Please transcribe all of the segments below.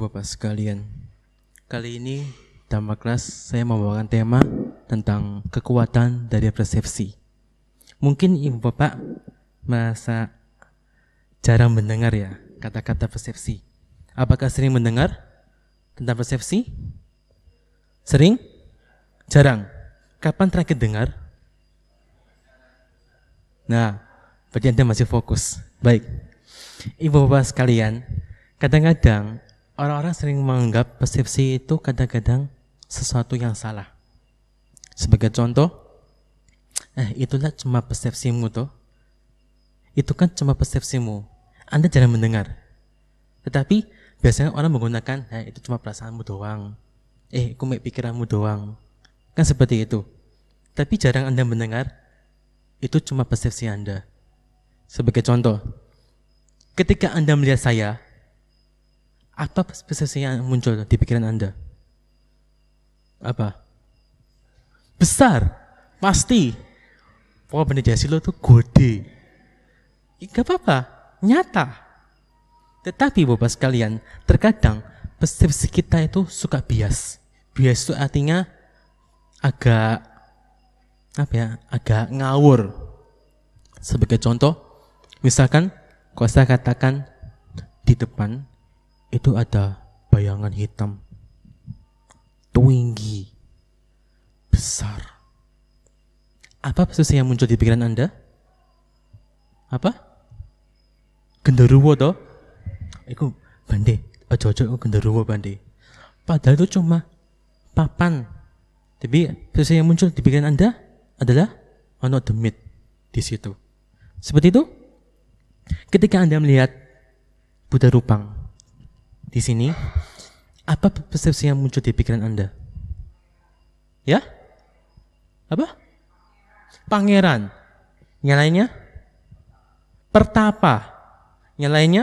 Bapak sekalian, kali ini dalam kelas saya membawakan tema tentang kekuatan dari persepsi. Mungkin Ibu Bapak merasa jarang mendengar ya kata-kata persepsi. Apakah sering mendengar tentang persepsi? Sering? Jarang? Kapan terakhir dengar? Nah, berarti Anda masih fokus. Baik. Ibu Bapak sekalian, kadang-kadang orang-orang sering menganggap persepsi itu kadang-kadang sesuatu yang salah. Sebagai contoh, itulah cuma persepsimu toh. Itu kan cuma persepsimu. Anda jarang mendengar. Tetapi biasanya orang menggunakan, itu cuma perasaanmu doang. Itu pikiranmu doang. Kan seperti itu. Tapi jarang Anda mendengar, itu cuma persepsi Anda. Sebagai contoh, ketika Anda melihat saya, apa persepsi yang muncul di pikiran Anda? Apa? Besar, pasti. Pokoknya Bani Jasilo itu gede. Gak apa-apa, nyata. Tetapi Bapak sekalian, terkadang persepsi kita itu suka bias. Bias itu artinya agak ngawur. Sebagai contoh, misalkan kalau saya katakan di depan itu ada bayangan hitam tinggi besar. Apa persepsi yang muncul di pikiran Anda? Apa? Genderuwo toh? Iku bande, ojo-ojo genderuwo bande. Padahal itu cuma papan. Tapi persepsi yang muncul di pikiran Anda adalah ono demit di situ. Seperti itu. Ketika Anda melihat Buddha Rupang di sini, apa persepsi yang muncul di pikiran Anda? Ya? Apa? Pangeran. Yang lainnya? Pertapa. Yang lainnya?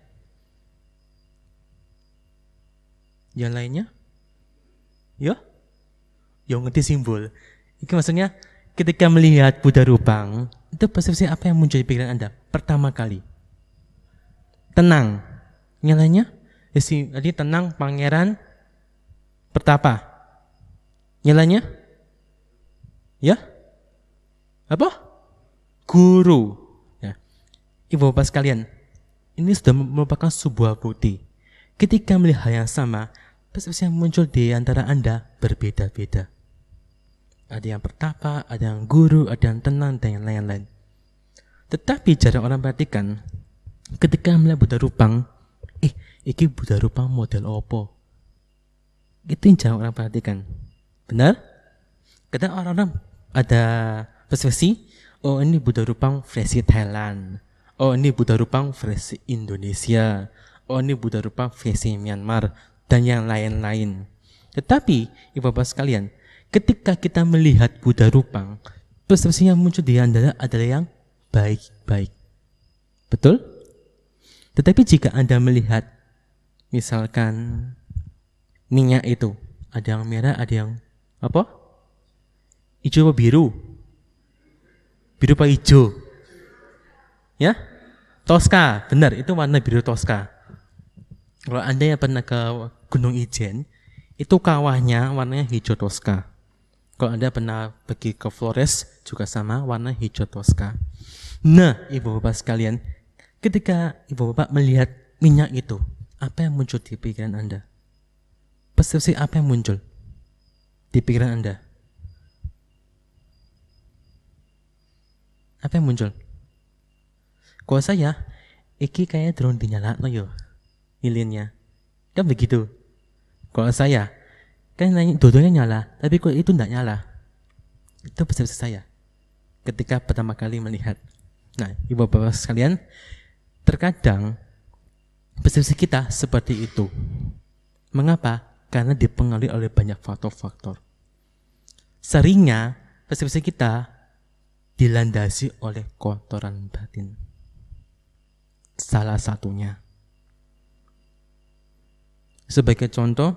Yang lainnya? Ya? Yang ngerti simbol. Itu maksudnya ketika melihat Buddha Rupang, itu persepsi apa yang muncul di pikiran Anda pertama kali? Tenang. Yang lainnya? Jadi tenang, pangeran, pertapa. Yang lainnya? Ya? Apa? Guru. Ya. Ibu Bapak sekalian, ini sudah merupakan sebuah bukti. Ketika melihat hal yang sama, persepsi yang muncul di antara Anda berbeda-beda. Ada yang pertapa, ada yang guru, ada yang tenang, dan yang lain-lain. Tetapi jarang orang perhatikan, ketika melihat Buddha Rupang, iki Buddha Rupang model opo? Itu yang jarang orang perhatikan. Benar? Kadang orang-orang ada persepsi, oh ini Buddha Rupang versi Thailand, oh ini Buddha Rupang versi Indonesia, oh ini Buddha Rupang versi Myanmar, dan yang lain-lain. Tetapi, Ibu Bapak sekalian, ketika kita melihat Buddha Rupang, persepsi yang muncul di Anda adalah yang baik-baik. Betul? Tetapi jika Anda melihat, misalkan minyak itu, ada yang merah, ada yang apa? Hijau apa biru? Biru apa hijau? Ya? Tosca, benar, itu warna biru Tosca. Kalau Anda yang pernah ke Gunung Ijen, itu kawahnya warnanya hijau Tosca. Kalau Anda pernah pergi ke Flores, juga sama, warna hijau Tosca. Nah, Ibu Bapak sekalian, ketika Ibu Bapak melihat minyak itu, apa yang muncul di pikiran Anda? Persepsi apa yang muncul di pikiran Anda? Apa yang muncul? Kalau saya, iki kayaknya drone dinyalakan yo, lilinnya. Kan begitu. Kalau saya, kan dua-duanya nyala, tapi kok itu tidak nyala. Itu persepsi saya ketika pertama kali melihat. Nah, Ibu Bapak sekalian, terkadang persepsi kita seperti itu. Mengapa? Karena dipengaruhi oleh banyak faktor-faktor. Seringnya persepsi kita dilandasi oleh kotoran batin. Salah satunya. Sebagai contoh,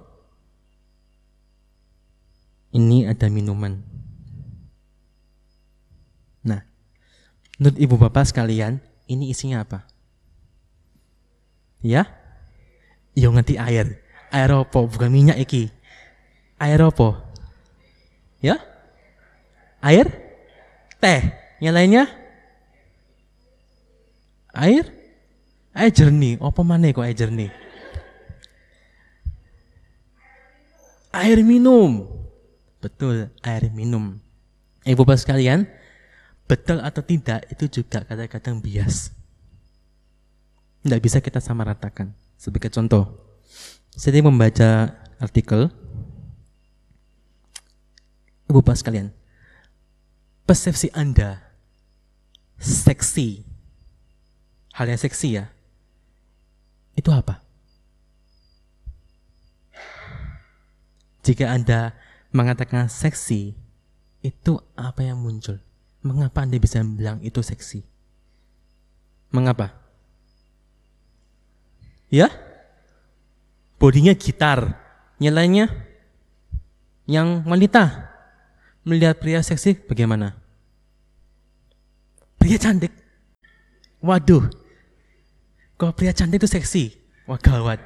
ini ada minuman. Nah, menurut Ibu Bapak sekalian, ini isinya apa? Ya? Yo ngerti air. Air apa? Bukan minyak iki. Air apa? Ya? Air? Teh. Yang lainnya? Air? Air jernih. Apa mana kok air jernih? Air minum. Betul, air minum. Ibu-bapak sekalian, betul atau tidak itu juga kadang-kadang bias. Tidak bisa kita samaratakan. Sebagai contoh, saya membaca artikel, ibu-bapak sekalian, persepsi Anda seksi, hal yang seksi ya, itu apa? Jika Anda mengatakan seksi, itu apa yang muncul? Mengapa Anda bisa bilang itu seksi? Mengapa? Ya? Bodinya gitar, nyalanya yang wanita. Melihat pria seksi bagaimana? Pria cantik. Waduh. Kok pria cantik itu seksi? Wah, gawat.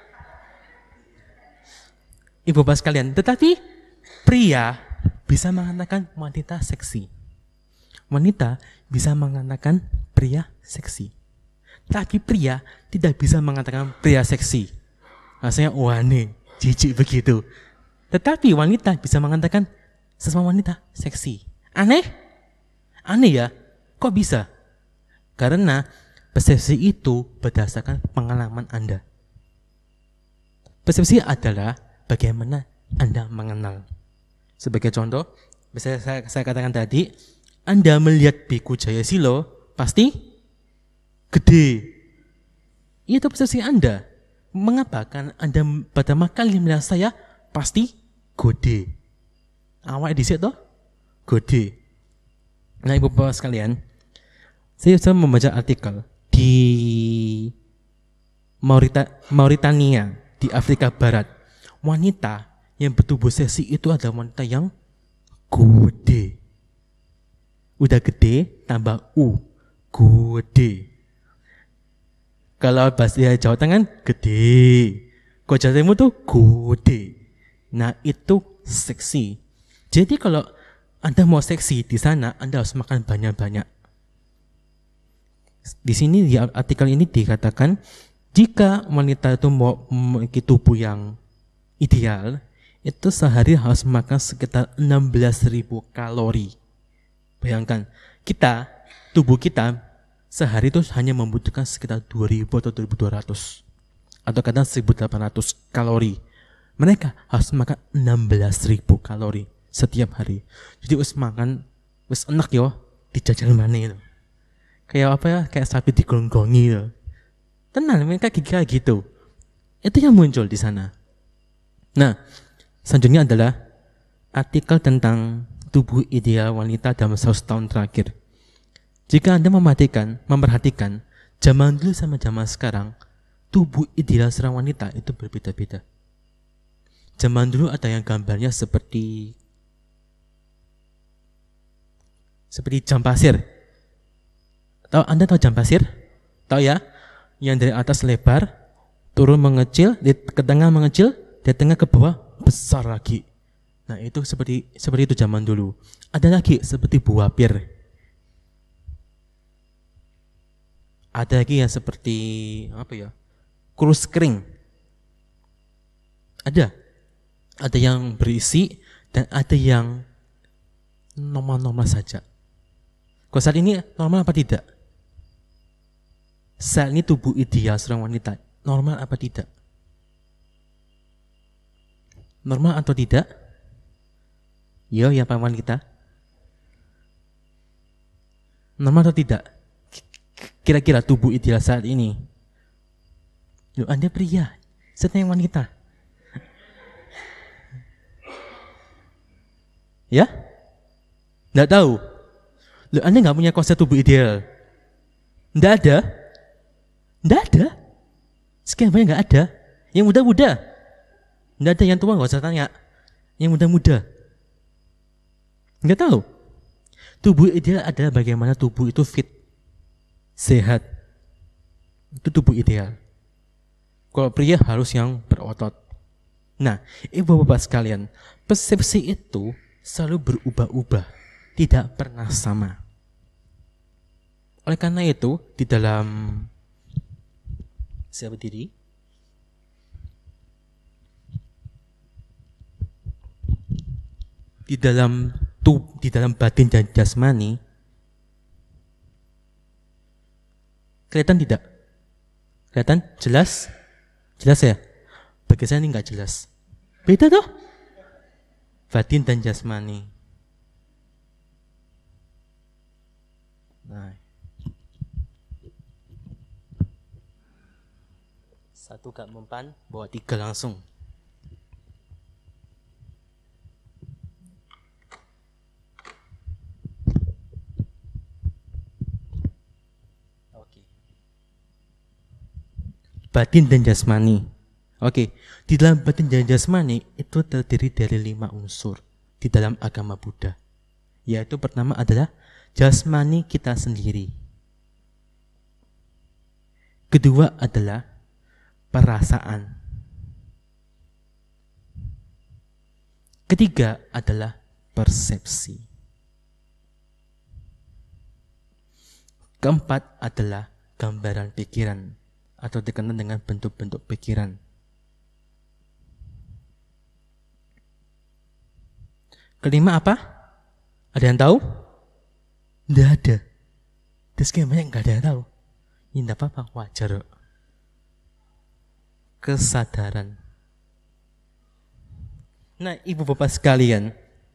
Ibu-bapak sekalian, tetapi pria bisa mengatakan wanita seksi. Wanita bisa mengatakan pria seksi. Tapi pria tidak bisa mengatakan pria seksi. Rasanya aneh, jijik begitu. Tetapi wanita bisa mengatakan sesama wanita seksi. Aneh? Aneh ya? Kok bisa? Karena persepsi itu berdasarkan pengalaman Anda. Persepsi adalah bagaimana Anda mengenal. Sebagai contoh, bisa saya katakan tadi, Anda melihat Biku Jayasilo pasti gede. Itu persepsi Anda. Mengapa? Kan Anda pertama kali melihat saya pasti gede. Awak di situ gede. Nah, ibu-bapak sekalian, saya sudah membaca artikel di Mauritania di Afrika Barat. Wanita yang bertubuh seksi itu adalah wanita yang gede. Udah gede tambah gede. Kalau bahasa Jawa Tengah gede. Kalau Jawa Timur tuh gede. Nah, itu seksi. Jadi kalau Anda mau seksi di sana, Anda harus makan banyak-banyak. Di sini di artikel ini dikatakan jika wanita itu mau memiliki tubuh yang ideal, itu sehari harus makan sekitar 16.000 kalori. Bayangkan, tubuh kita sehari itu hanya membutuhkan sekitar 2.000 atau 2.200 atau kadang 1.800 kalori. Mereka harus makan 16.000 kalori setiap hari. Jadi makan enak yo dijajal mana itu. Kayak apa ya? Kayak sapi digonggongi itu. Tenang, mereka kayak gitu. Itu yang muncul di sana. Nah, selanjutnya adalah artikel tentang tubuh ideal wanita dalam 100 tahun terakhir. Jika Anda memperhatikan zaman dulu sama zaman sekarang, tubuh ideal seorang wanita itu berbeda-beda. Zaman dulu ada yang gambarnya seperti jam pasir. Anda tahu jam pasir? Tahu ya? Yang dari atas lebar, turun mengecil, ke tengah mengecil, dari tengah ke bawah besar lagi. Nah, itu seperti itu zaman dulu. Ada lagi seperti buah pir. Ada lagi yang seperti kurus kering. Ada yang berisi dan ada yang normal-normal saja. Kalau saat ini normal apa tidak? Saat ini tubuh ideal seorang wanita normal apa tidak? Normal atau tidak? Yo, yang paman kita. Normal atau tidak? Kira-kira tubuh ideal saat ini. Loh, Anda pria, saya yang wanita. Ya? Nggak tahu. Loh, Anda nggak punya konsep tubuh ideal. Nggak ada. Nggak ada. Sekian banyak nggak ada. Yang muda-muda. Nggak ada, yang tua nggak usah tanya. Yang muda-muda. Nggak tahu. Tubuh ideal adalah bagaimana tubuh itu fit, sehat. Itu tubuh ideal. Kalau pria harus yang berotot, Nah, ibu bapak sekalian, persepsi itu selalu berubah-ubah, tidak pernah sama. Oleh karena itu, di dalam saya berdiri, di dalam batin dan jasmani, kelihatan tidak? Kelihatan? Jelas? Jelas ya? Bagi saya ini nggak jelas. Beda toh? Batin dan jasmani. Nah. Satu gak mempan, bawa 3 langsung. Oke. Batin dan jasmani. Oke, di dalam batin dan jasmani itu terdiri dari 5 unsur di dalam agama Buddha. Yaitu pertama adalah jasmani kita sendiri. Kedua adalah perasaan. Ketiga adalah persepsi. Keempat adalah gambaran pikiran atau dikenal dengan bentuk-bentuk pikiran. Kelima apa? Ada yang tahu? Tidak ada. Terus gimana nggak ada yang tahu? Ini tidak apa-apa, wajar. Kesadaran. Nah, ibu bapak sekalian,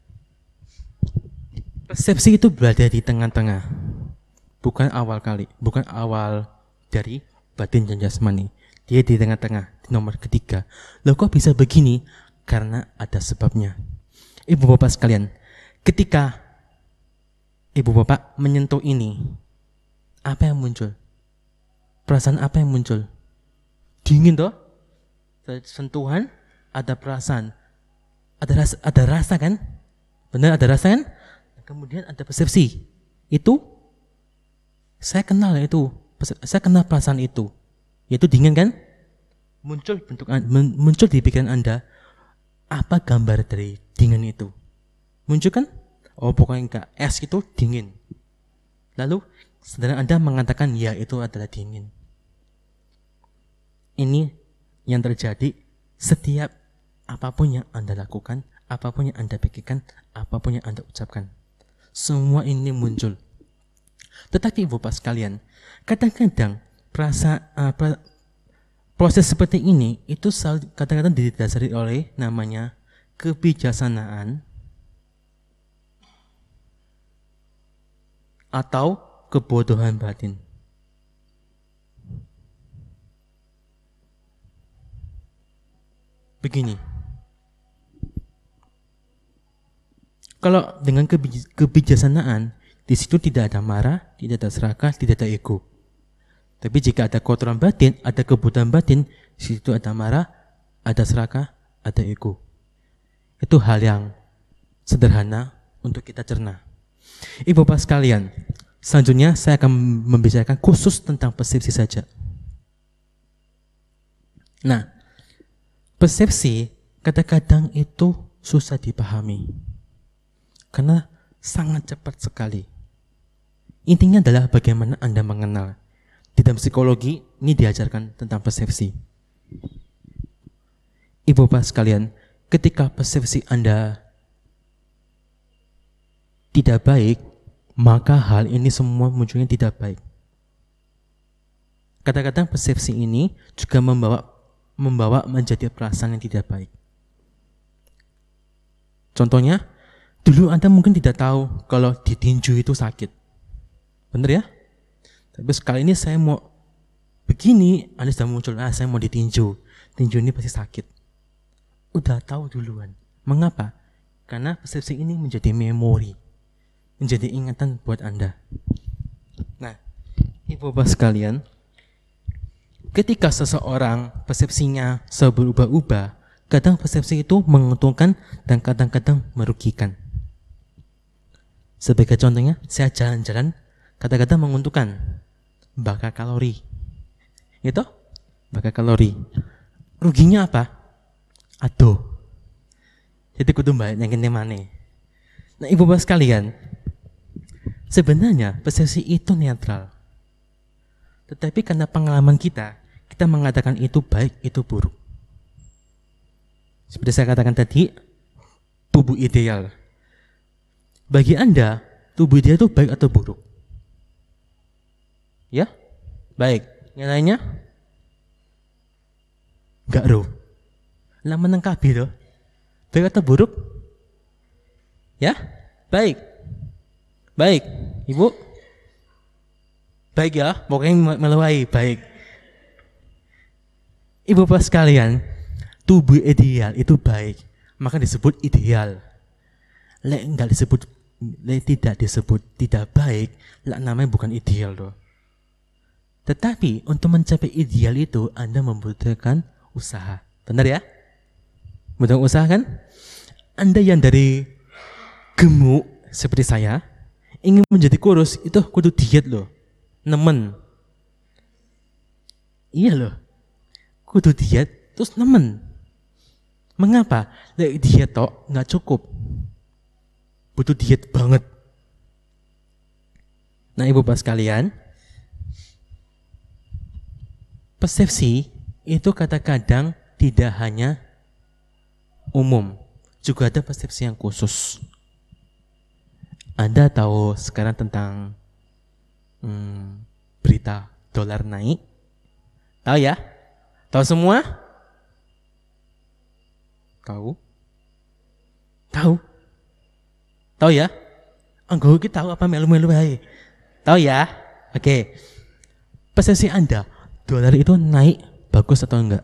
persepsi itu berada di tengah-tengah, bukan awal dari batin dan jasmani. Dia di tengah-tengah, di nomor ketiga. Loh kok bisa begini? Karena ada sebabnya. Ibu bapak sekalian, ketika ibu bapak menyentuh ini, apa yang muncul? Perasaan apa yang muncul? Dingin toh? Sentuhan, ada perasaan, ada rasa kan? Benar, ada rasa kan? Kemudian ada persepsi. Itu saya kenal perasaan itu. Yaitu dingin kan? Muncul di pikiran Anda apa gambar dari dingin itu? Muncul kan? Oh, pokoknya enggak, es itu dingin. Lalu sedangkan Anda mengatakan ya itu adalah dingin. Ini yang terjadi setiap apapun yang Anda lakukan, apapun yang Anda pikirkan, apapun yang Anda ucapkan. Semua ini muncul. Tetapi ibu bapak sekalian, kadang-kadang proses seperti ini itu kadang-kadang didasari oleh namanya kebijaksanaan atau kebodohan batin. Begini, kalau dengan kebijaksanaan, di situ tidak ada marah, tidak ada serakah, tidak ada ego. Tapi jika ada kotoran batin, ada kebodohan batin, di situ ada marah, ada serakah, ada ego. Itu hal yang sederhana untuk kita cerna. Ibu bapak sekalian, selanjutnya saya akan membicarakan khusus tentang persepsi saja. Nah, persepsi kadang-kadang itu susah dipahami karena sangat cepat sekali. Intinya adalah bagaimana Anda mengenal. Di dalam psikologi ini diajarkan tentang persepsi. Ibu bapak sekalian, ketika persepsi Anda tidak baik, maka hal ini semua munculnya tidak baik. Kadang-kadang persepsi ini juga membawa menjadi perasaan yang tidak baik. Contohnya, dulu Anda mungkin tidak tahu kalau ditinju itu sakit. Benar ya? Tapi sekali ini saya mau begini, Anda sudah muncul, saya mau ditinju. Tinju ini pasti sakit. Udah tahu duluan. Mengapa? Karena persepsi ini menjadi memori, menjadi ingatan buat Anda. Nah, ibu bapak sekalian, ketika seseorang persepsinya berubah-ubah, kadang persepsi itu menguntungkan dan kadang-kadang merugikan. Sebagai contohnya, saya jalan-jalan, kadang-kadang menguntungkan, bakar kalori. Itu bakar kalori. Ruginya apa? Aduh. Jadi kudu balik yang kene maneh. Nah, Ibu Bapak sekalian, sebenarnya persepsi itu netral. Tetapi karena pengalaman kita mengatakan itu baik, itu buruk. Seperti saya katakan tadi, tubuh ideal. Bagi Anda, tubuh ideal itu baik atau buruk? Ya? Baik. Yang lainnya? Enggak, Ro. Lah meneng kabeh loh. Baik atau buruk? Ya? Baik. Baik. Ibu? Baik ya, pokoknya meluai, baik. Ibu Bapak sekalian, tubuh ideal itu baik, maka disebut ideal. Tidak disebut tidak baik, lah namanya bukan ideal loh. Tetapi untuk mencapai ideal itu Anda membutuhkan usaha. Benar ya? Butuh usaha kan? Anda yang dari gemuk seperti saya ingin menjadi kurus itu kudu diet loh. Nemen. Iya loh. Kudu diet terus nemen. Mengapa? Diet tok nggak cukup. Butuh diet banget. Nah, Ibu Bapak sekalian, persepsi itu kadang-kadang tidak hanya umum, juga ada persepsi yang khusus. Anda tahu sekarang tentang berita dolar naik? Tahu ya? Tahu semua? Tahu? Tahu ya? Enggak, kita tahu apa melu-melu ae. Tahu ya? Oke. Persepsi Anda, dolar itu naik bagus atau enggak?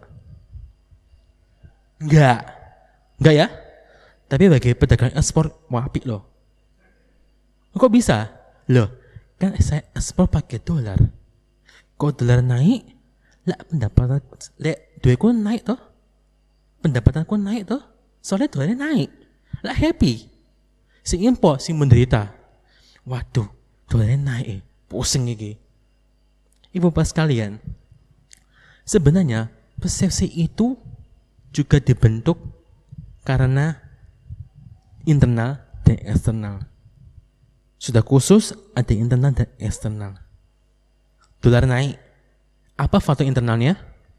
Enggak ya? Tapi bagi pedagang ekspor apik loh. Kok bisa? Loh, kan saya ekspor pakai dolar. Kok dolar naik? Lah pendapatan duitku naik toh. Pendapatanku naik toh. Soalnya dolarnya naik. Lah happy. Si impor si menderita. Waduh, dolarnya naik. Pusing iki. Ibu Bapak sekalian, sebenarnya persepsi itu juga dibentuk karena internal dan eksternal. Sudah khusus ada internal dan eksternal. Dolar naik. Apa faktor internalnya?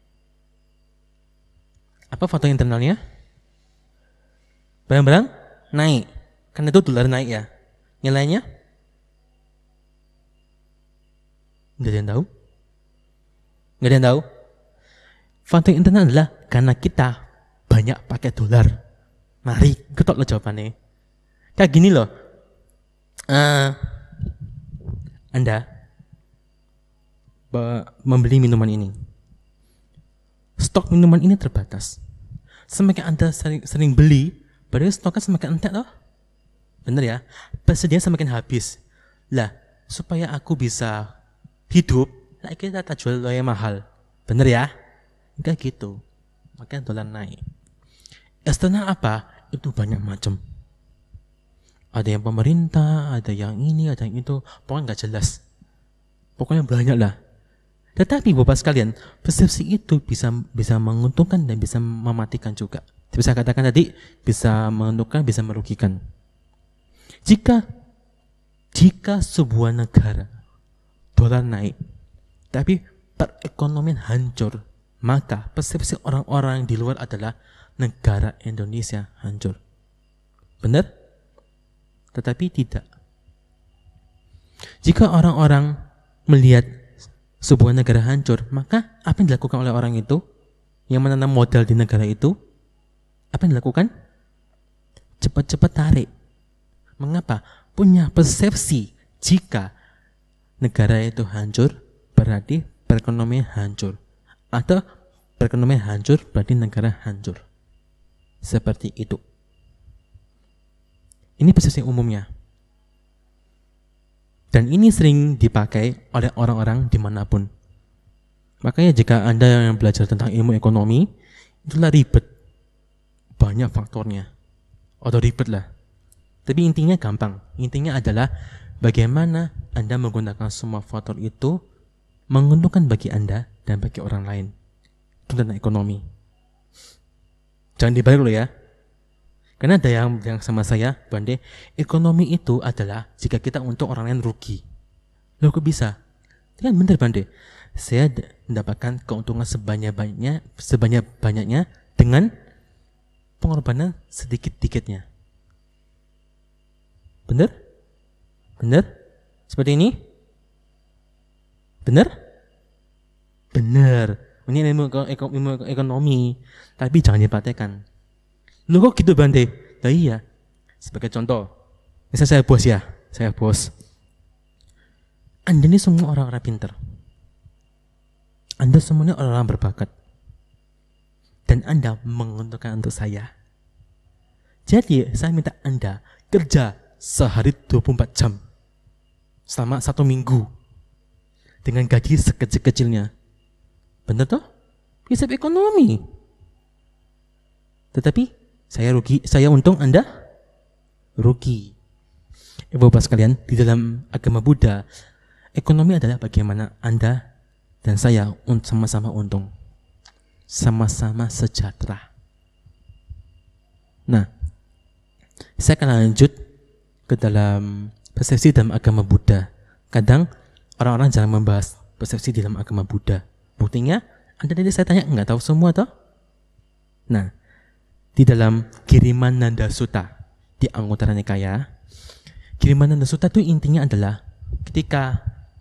Apa faktor internalnya? Barang-barang naik. Karena itu dolar naik ya. Nilainya? Nggak ada yang tahu? Nggak ada yang tahu? Faktor internal adalah karena kita banyak pakai dolar. Mari, ketok lo jawabannya. Kayak gini loh. Anda membeli minuman ini. Stok minuman ini terbatas. Semakin Anda sering beli, berarti stoknya semakin entek loh. Bener ya? Persediaan semakin habis. Lah, supaya aku bisa hidup, lah kita tak jual lo yang mahal. Bener ya? Enggak gitu. Makanya dolar naik. Eksternal apa? Itu banyak macam. Ada yang pemerintah, ada yang ini, ada yang itu. Pokoknya nggak jelas. Pokoknya banyak lah. Tetapi Bapak sekalian, persepsi itu bisa menguntungkan dan bisa mematikan juga. Bisa katakan tadi, bisa menguntungkan, bisa merugikan. Jika sebuah negara dolar naik, tapi perekonomian hancur, maka persepsi orang-orang di luar adalah negara Indonesia hancur. Benar? Tetapi tidak. Jika orang-orang melihat sebuah negara hancur, maka apa yang dilakukan oleh orang itu yang menanam modal di negara itu? Apa yang dilakukan? Cepat-cepat tarik. Mengapa? Punya persepsi jika negara itu hancur berarti perekonomian hancur, atau perekonomian hancur berarti negara hancur. Seperti itu. Ini persepsi umumnya. Dan ini sering dipakai oleh orang-orang dimanapun. Makanya jika Anda yang belajar tentang ilmu ekonomi, itulah ribet. Banyak faktornya. Atau ribet lah. Tapi intinya gampang. Intinya adalah bagaimana Anda menggunakan semua faktor itu menguntungkan bagi Anda dan bagi orang lain. Itu tentang ekonomi. Jangan dibalik loh ya. Karena ada yang bilang sama saya, Bande, ekonomi itu adalah jika kita untung orang lain rugi. Loh kok bisa? Kan bener Bande. Saya mendapatkan keuntungan sebanyak-banyaknya dengan pengorbanan sedikit-dikitnya. Bener? Bener? Seperti ini? Bener? Bener. Ini ilmu ekonomi. Tapi jangan dipraktekkan. Lu kok gitu Bante? Nah iya. Sebagai contoh. Misalnya saya bos ya. Saya bos. Anda ini semua orang-orang pintar. Anda semuanya orang-orang berbakat. Dan Anda menguntungkan untuk saya. Jadi saya minta Anda kerja sehari 24 jam. Selama 1 minggu. Dengan gaji sekecil-kecilnya. Benar toh? Hisap ekonomi. Tetapi saya rugi, saya untung, Anda rugi. Ibu bapak sekalian, di dalam agama Buddha, ekonomi adalah bagaimana Anda dan saya sama-sama untung, sama-sama sejahtera. Nah, saya akan lanjut ke dalam persepsi dalam agama Buddha. Kadang orang-orang jarang membahas persepsi dalam agama Buddha. Buktinya, Anda tadi saya tanya nggak tahu semua toh? Nah, di dalam Girimananda Sutta di Anguttara Nikaya, Girimananda Sutta itu intinya adalah ketika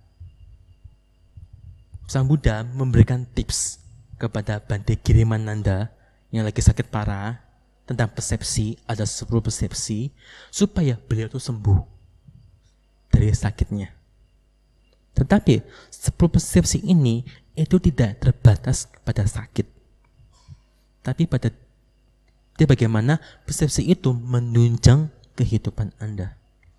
Sang Buddha memberikan tips kepada Bante Girimananda yang lagi sakit parah tentang persepsi, ada 10 persepsi supaya beliau itu sembuh dari sakitnya. Tetapi 10 persepsi ini itu tidak terbatas pada sakit, tapi pada dia bagaimana persepsi itu menunjang kehidupan Anda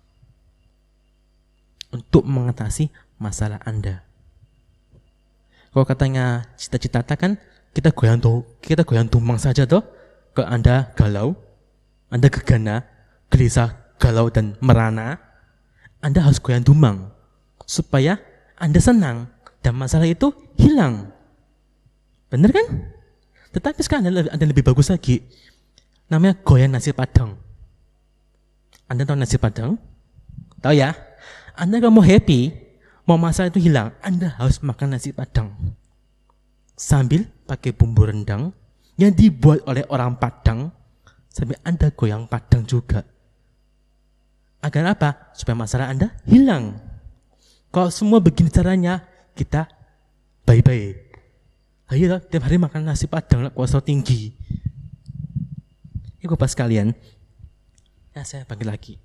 untuk mengatasi masalah Anda. Kalau katanya cita-cita kan kita goyang tumbang saja toh. Kalau Anda galau, Anda gegana, gelisah, galau dan merana, Anda harus goyang tumbang supaya Anda senang dan masalah itu hilang. Benar kan? Tetapi sekarang ada lebih bagus lagi. Namanya goyang nasi padang. Anda tahu nasi padang? Tahu ya? Anda kalau mau happy, mau masalah itu hilang, Anda harus makan nasi padang. Sambil pakai bumbu rendang yang dibuat oleh orang Padang, sambil Anda goyang padang juga. Agar apa? Supaya masalah Anda hilang. Kalau semua begini caranya, kita bye-bye. Ayo tiap hari makan nasi padang, kolesterol tinggi. Ibu bapak sekalian, ya saya panggil lagi.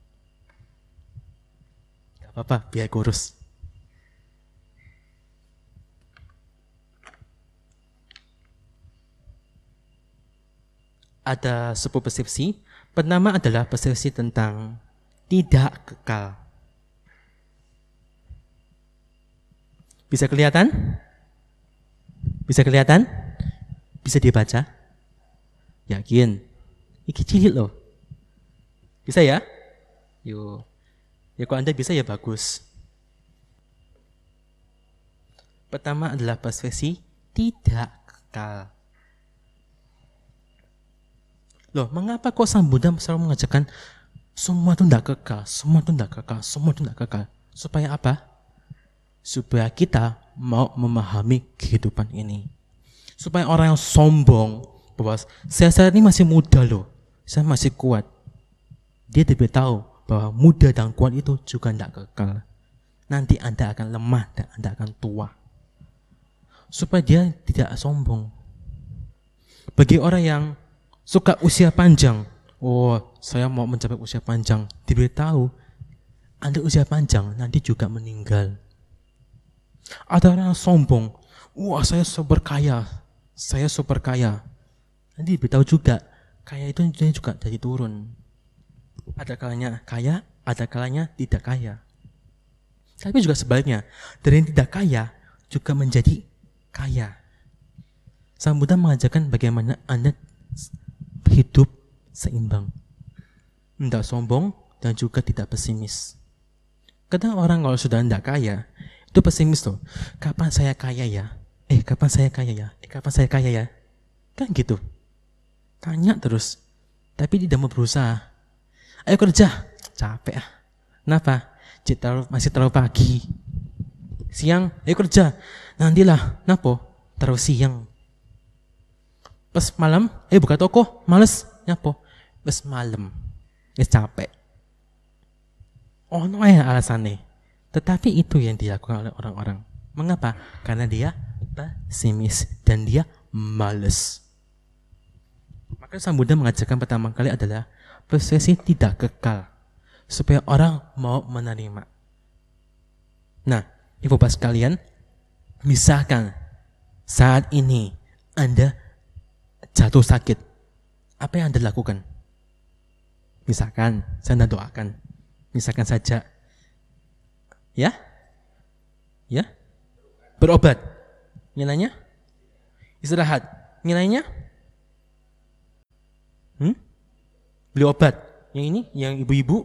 Gak apa-apa, biar kurus. Ada 10 persepsi. Pertama adalah persepsi tentang tidak kekal. Bisa kelihatan? Bisa kelihatan? Bisa dibaca? Yakin? Ini cilik loh. Bisa ya? Yuk. Ya kalau Anda bisa ya bagus. Pertama adalah persepsi tidak kekal. Loh, mengapa kok Sang Buddha selalu mengajarkan semua itu tidak kekal, semua itu tidak kekal, semua itu tidak kekal? Supaya apa? Supaya kita mau memahami kehidupan ini. Supaya orang yang sombong bahwa saya ini masih muda loh, saya masih kuat. Dia tidak tahu bahwa muda dan kuat itu juga tidak kekal. Nanti Anda akan lemah dan Anda akan tua. Supaya dia tidak sombong. Bagi orang yang suka usia panjang, oh saya mau mencapai usia panjang, diberitahu Anda usia panjang nanti juga meninggal. Ada orang yang sombong, wah saya super kaya, nanti diberitahu juga kaya itu juga jadi turun. Ada kalanya kaya, ada kalanya tidak kaya. Tapi juga sebaliknya, dari yang tidak kaya juga menjadi kaya. Sang Buddha mengajarkan bagaimana Anda hidup seimbang, tidak sombong dan juga tidak pesimis. Kadang orang kalau sudah tidak kaya itu pesimis tuh. Kapan saya kaya ya? Kapan saya kaya ya? Kapan saya kaya ya? Kan gitu. Tanya terus, tapi tidak mau berusaha. Ayo kerja, capek ah. Kenapa? Masih terlalu pagi. Siang, ayo kerja. Nantilah, kenapa? Terlalu siang. Pas malam, ayo buka toko, males. Kenapa? Pas malam, capek. Oh no ya alasannya. Tetapi itu yang dilakukan oleh orang-orang. Mengapa? Karena dia pesimis dan dia males. Maka Sang Buddha mengajarkan pertama kali adalah persepsi tidak kekal, supaya orang mau menerima. Nah, Ibu Bapak sekalian, misalkan saat ini Anda jatuh sakit, apa yang Anda lakukan? Misalkan, saya doakan, misalkan saja, ya, berobat, nilainya, istirahat, nilainya, beli obat, yang ini, yang ibu-ibu,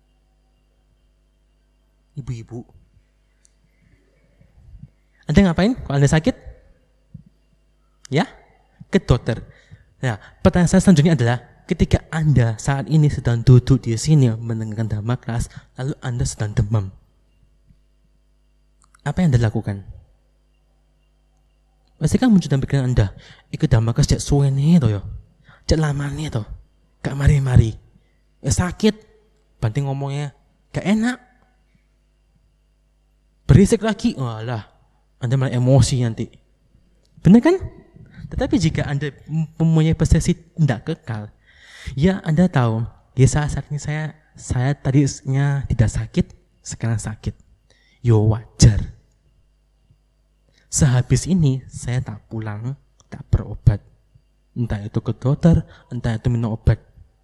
Anda ngapain kalau Anda sakit? Ya, ke dokter. Nah, pertanyaan saya selanjutnya adalah, ketika Anda saat ini sedang duduk di sini mendengarkan dhamma kelas, lalu Anda sedang demam, apa yang Anda lakukan? Pasti kan muncul dalam pikiran Anda, ikut dhamma kelas cek suwene to ya, cek lamane to, gak mari-mari, sakit, banting ngomongnya, gak enak, berisik lagi, walah, Anda malah emosi nanti. Benar kan? Tetapi jika Anda mempunyai persepsi tidak kekal, ya Anda tahu, di saat ini saya tadinya tidak sakit, sekarang sakit. Yo wajar. Sehabis ini saya tak pulang, tak berobat. Entah itu ke dokter, entah itu minum obat.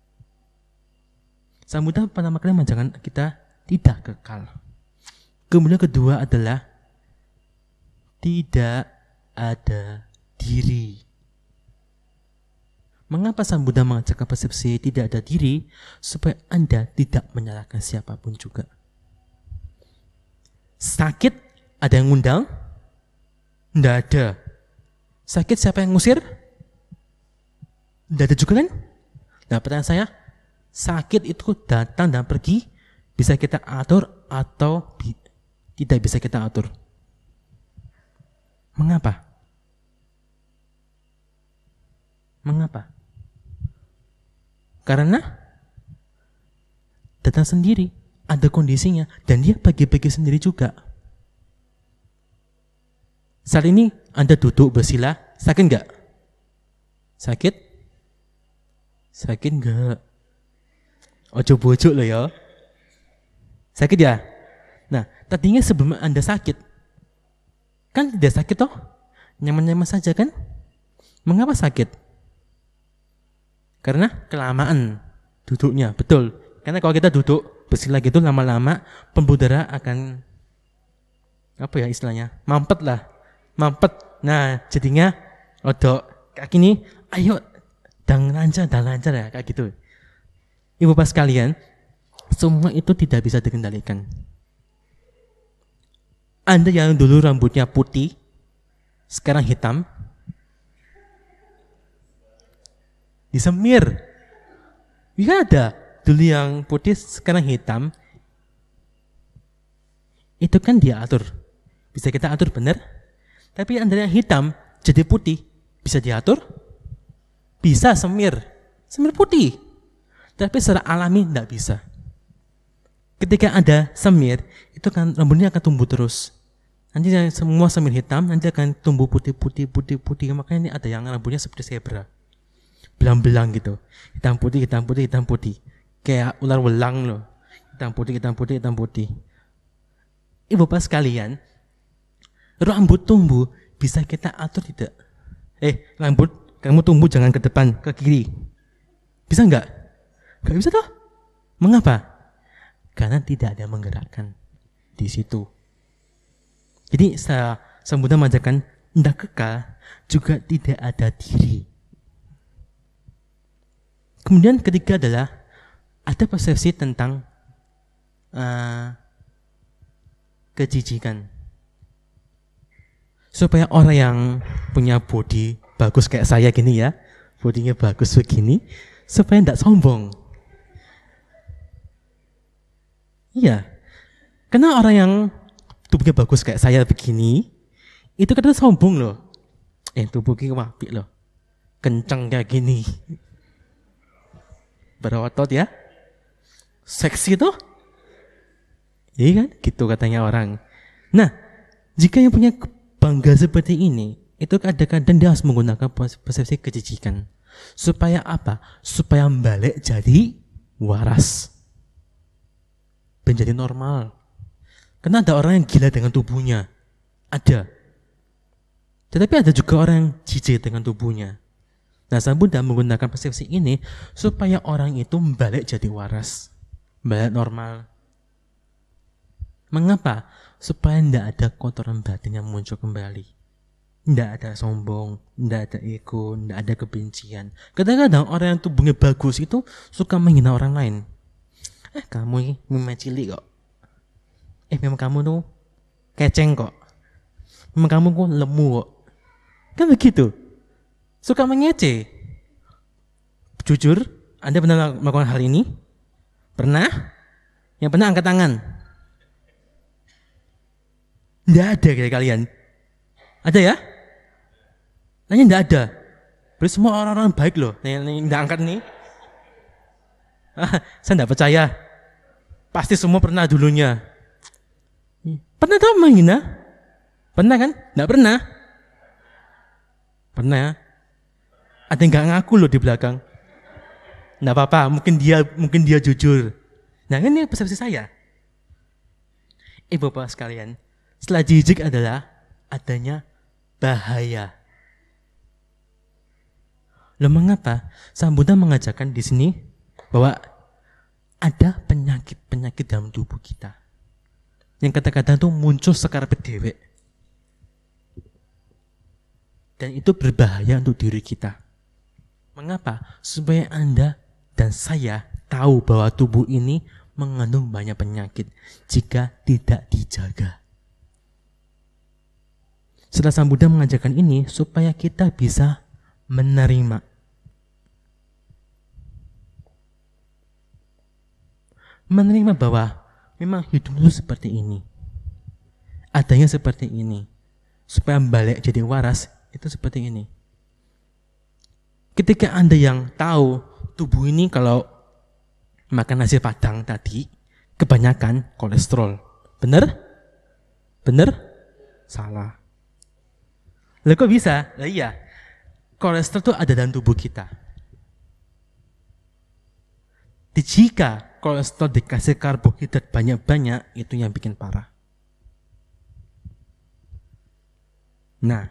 Sang Buddha pertama kali mengajarkan kita tidak kekal. Kemudian kedua adalah tidak ada diri. Mengapa Sang Buddha mengajarkan persepsi tidak ada diri? Supaya Anda tidak menyalahkan siapapun juga. Sakit, ada yang ngundang? Tidak ada. Sakit, siapa yang ngusir? Tidak ada juga kan? Nah, pertanyaan saya, sakit itu datang dan pergi, bisa kita atur atau tidak bisa kita atur? Mengapa? Karena datang sendiri, ada kondisinya, dan dia bagi-bagi sendiri juga. Saat ini Anda duduk bersila, sakit enggak? Sakit enggak? Ojo bojok loh ya. Sakit ya? Nah, tadinya sebelum Anda sakit, kan tidak sakit toh? Nyaman-nyaman saja kan? Mengapa sakit? Karena kelamaan duduknya, betul. Karena kalau kita duduk bersila gitu lama-lama, pembuluh darah akan apa ya istilahnya? Mampet. Nah, jadinya odok kaki ini, ayo dan lancar ya, kayak gitu. Ibu Bapak sekalian, semua itu tidak bisa dikendalikan. Anda yang dulu rambutnya putih, sekarang hitam, disemir. Iya ada, dulu yang putih sekarang hitam, itu kan diatur. Bisa kita atur benar? Tapi Anda yang hitam jadi putih, bisa diatur? Bisa semir putih. Tapi secara alami tidak bisa. Ketika ada semir, itu kan rambutnya akan tumbuh terus. Nanti semua semir hitam, nanti akan tumbuh putih. Makanya ini ada yang rambutnya seperti zebra, belang-belang gitu, hitam putih. Kayak ular welang loh, hitam putih. Ibu Bapak sekalian, rambut tumbuh bisa kita atur tidak? Rambut kamu tumbuh jangan ke depan, ke kiri. Bisa enggak? Enggak bisa toh? Mengapa? Karena tidak ada yang menggerakkan di situ. Jadi Sang Buddha mengajarkan tidak kekal, juga tidak ada diri. Kemudian ketiga adalah ada persepsi tentang kejijikan. Supaya orang yang punya body bagus kayak saya gini ya, bodinya bagus begini supaya tidak sombong. Iya, karena orang yang tubuhnya bagus kayak saya begini, itu kadang sombong loh. Tubuhnya apik loh, kenceng kayak gini, berotot ya, seksi tuh. Iya kan, gitu katanya orang. Nah, jika yang punya bangga seperti ini, itu kadang-kadang dia harus menggunakan persepsi kejijikan. Supaya apa? Supaya balik jadi waras, menjadi normal. Karena ada orang yang gila dengan tubuhnya, ada. Tetapi ada juga orang yang jijik dengan tubuhnya. Nah, Sang Buddha menggunakan persepsi ini supaya orang itu balik jadi waras, balik normal. Mengapa? Supaya tidak ada kotoran batin yang muncul kembali. Tidak ada sombong, tidak ada ego, tidak ada kebencian. Kadang-kadang orang yang tubuhnya bagus itu suka menghina orang lain. Kamu ini memang cilik kok. Memang kamu tuh keceng kok. Memang kamu kok lemu kok. Kan begitu. Suka mengeceh. Jujur, Anda pernah melakukan hal ini? Pernah? Yang pernah angkat tangan. Tidak ada kayak kalian. Ada ya? Nanya tidak ada. Berarti semua orang-orang baik loh. Yang tidak angkat nih. Saya tidak percaya. Pasti semua pernah dulunya. Pernah tahu menghina? Pernah kan? Tidak pernah. Pernah ya? Ada yang nggak ngaku loh di belakang. Tidak apa-apa. Mungkin dia jujur. Nah ini persepsi saya. Bapak sekalian. Setelah jijik adalah adanya bahaya. Loh mengapa? Sang Buddha mengajarkan di sini bahwa ada penyakit-penyakit dalam tubuh kita yang kadang-kadang itu muncul sekarepe dewek. Dan itu berbahaya untuk diri kita. Mengapa? Supaya Anda dan saya tahu bahwa tubuh ini mengandung banyak penyakit jika tidak dijaga. Setelah Sang Buddha mengajarkan ini supaya kita bisa menerima. Menerima bahwa memang hidup itu seperti ini. Adanya seperti ini. Supaya balik jadi waras itu seperti ini. Ketika Anda yang tahu tubuh ini kalau makan nasi padang tadi kebanyakan kolesterol. Benar? Benar? Salah. Lah kok bisa? Lah iya. Kolesterol itu ada dalam tubuh kita. Jika kolesterol dikasih karbohidrat banyak-banyak, itu yang bikin parah. Nah,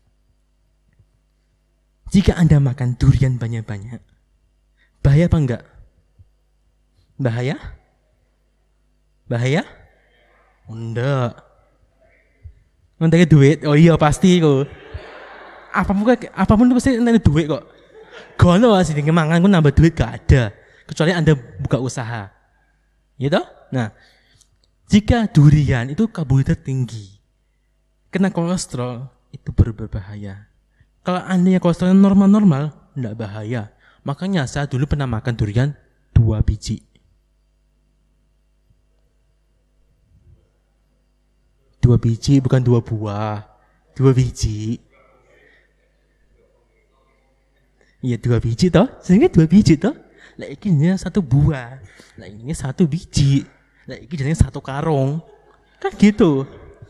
jika Anda makan durian banyak-banyak, bahaya apa enggak? Bahaya? Bahaya? Enggak. Nanti duit, oh iya pasti kok. Apapun itu pasti nanti duit kok. Gono sih mangan ku nambah duit gak ada. Kecuali Anda buka usaha. Gitu? Nah, jika durian itu karbohidrat tinggi, kena kolesterol itu berbahaya. Kalau Anda yang kolesterol normal-normal, enggak bahaya. Makanya saya dulu pernah makan durian 2 biji. 2 biji bukan 2 buah. 2 biji. Iya 2 biji toh, sehingga 2 biji toh. Lah iki jenenge 1 buah. Lah ini 1 biji. Lah iki jenenge 1 karung. Kan gitu.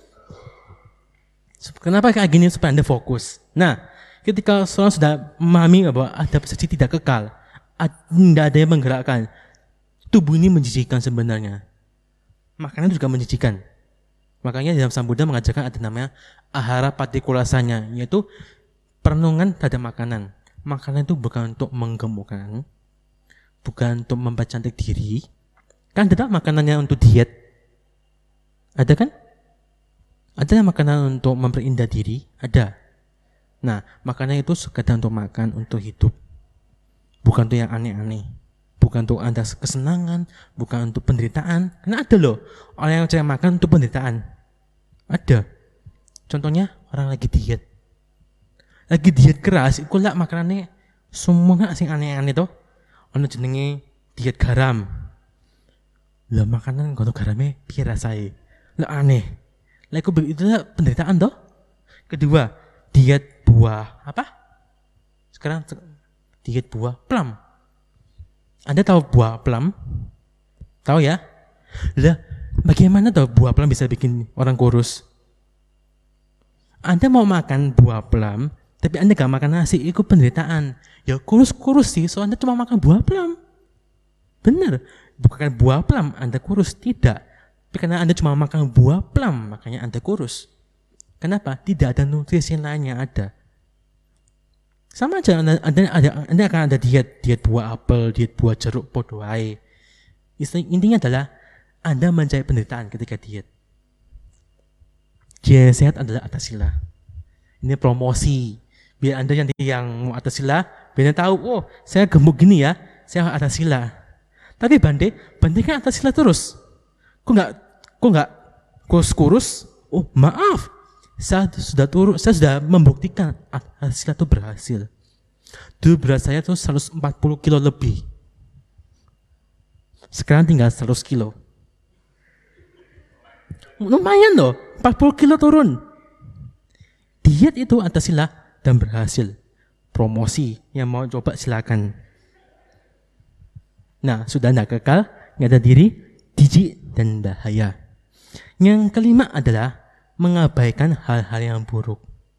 Kenapa kayak gini? Supaya Anda fokus. Nah, ketika seorang sudah memahami bahwa ada persepsi tidak kekal, tidak ada yang menggerakkan, tubuh ini menjijikkan sebenarnya. Makanan juga menjijikkan. Makanya dalam Sang Buddha mengajarkan ada namanya ahara patikulasanya, yaitu perenungan terhadap makanan. Makanan itu bukan untuk menggemukkan, bukan untuk mempercantik diri. Kan ada makanannya untuk diet. Ada kan? Ada makanan untuk memperindah diri? Ada. Nah, makanan itu sekadar untuk makan, untuk hidup. Bukan untuk yang aneh-aneh. Bukan untuk Anda kesenangan, bukan untuk penderitaan. Karena ada loh, orang yang cari makan untuk penderitaan. Ada. Contohnya, orang lagi diet. Lagi diet keras, itu lah makanannya Semua kan asing aneh-aneh tuh. Ono jenenge diet garam. Lah makanan kono garamnya piye rasae? Lah aneh. Lah itu penderitaan toh. Kedua, diet buah apa? Sekarang diet buah plum. Anda tahu buah plum? Tahu ya? Lah, bagaimana tahu buah plum bisa bikin orang kurus? Anda mau makan buah plum, tapi Anda gak makan nasi, itu penderitaan. Ya kurus-kurus sih, soalnya cuma makan buah plum. Bener, bukan buah plum Anda kurus, tidak. Tapi karena Anda cuma makan buah plum, makanya Anda kurus. Kenapa? Tidak ada nutrisi lain yang ada. Sama aja, Anda akan ada diet buah apel, diet buah jeruk, podo ae. Intinya adalah Anda mencari penderitaan ketika diet. Diet sehat adalah Atasila. Ini promosi. Biar Anda yang mau Atasila, biar tahu, oh saya gemuk gini ya, saya Atasila. Tapi Bande kan Atasila terus. Kok nggak kurus? Oh maaf. Saya sudah membuktikan Atasila itu berhasil. Dulu berat saya tuh 140 kilo lebih. Sekarang tinggal 100 kilo. Lumayan loh, 40 kilo turun. Diet itu Atasila dan berhasil. Promosi, yang mau coba silakan. Nah, sudah tidak kekal, nggak ada diri, jijik dan bahaya. Yang kelima adalah mengabaikan hal-hal yang buruk.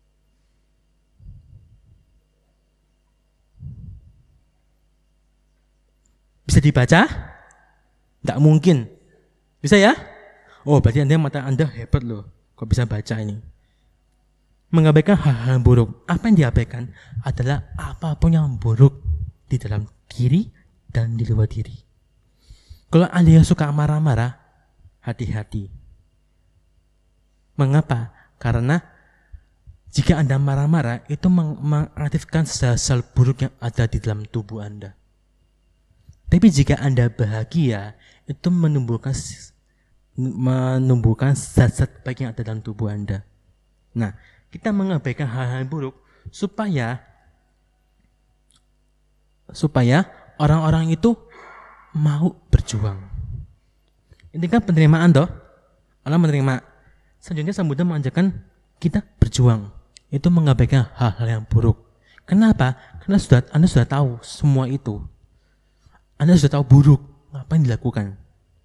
Bisa dibaca? Tidak mungkin. Bisa ya? Oh, berarti mata Anda hebat loh. Kok bisa baca ini? Mengabaikan hal-hal yang buruk. Apa yang diabaikan adalah apapun yang buruk di dalam diri dan di luar diri. Kalau Anda yang suka marah-marah, hati-hati. Mengapa? Karena jika Anda marah-marah, itu mengaktifkan sel-sel buruk yang ada di dalam tubuh Anda. Tapi jika Anda bahagia, itu menumbuhkan zat-zat baik yang ada dalam tubuh Anda. Nah, kita mengabaikan hal-hal buruk supaya orang-orang itu mau berjuang. Ini kan penerimaan toh. Allah menerima. Selanjutnya Sang Buddha mengajarkan kita berjuang. Itu mengabaikan hal-hal yang buruk. Kenapa? Karena Anda sudah tahu semua itu. Anda sudah tahu buruk. Apa yang dilakukan?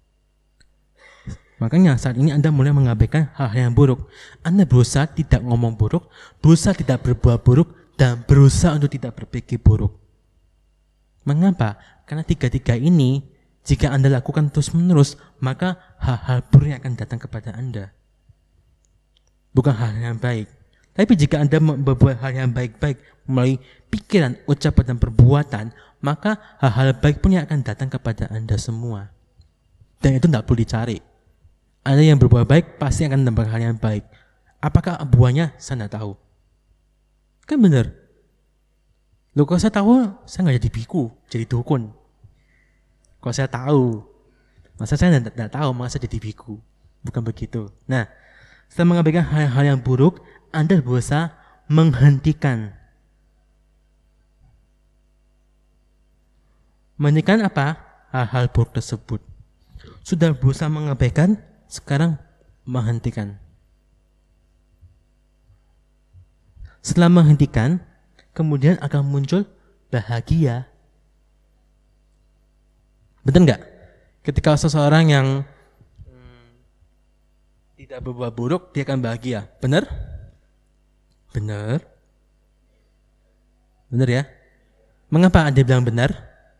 Makanya saat ini Anda mulai mengabaikan hal-hal yang buruk. Anda berusaha tidak ngomong buruk, berusaha tidak berbuat buruk, dan berusaha untuk tidak berpikir buruk. Mengapa? Karena tiga-tiga ini, jika Anda lakukan terus-menerus, maka hal-hal buruk yang akan datang kepada Anda. Bukan hal yang baik. Tapi jika Anda membuat hal yang baik-baik melalui pikiran, ucapan, dan perbuatan, maka hal-hal baik pun yang akan datang kepada Anda semua. Dan itu tidak perlu dicari. Anda yang berbuat baik pasti akan mendapatkan hal yang baik. Apakah buahnya? Saya tidak tahu. Kan benar. Loh, kalau saya tahu, saya nggak jadi biku, jadi dukun. Kalau saya tahu, masa saya tidak tahu, masa jadi biku. Bukan begitu. Nah, setelah mengabaikan hal-hal yang buruk, Anda berusaha menghentikan. Menghentikan apa? Hal-hal buruk tersebut. Sudah berusaha mengabaikan, sekarang menghentikan. Setelah menghentikan, kemudian akan muncul bahagia. Betul nggak? Ketika seseorang yang tidak berbuat buruk, dia akan bahagia. Benar? Benar? Benar ya? Mengapa Anda bilang benar?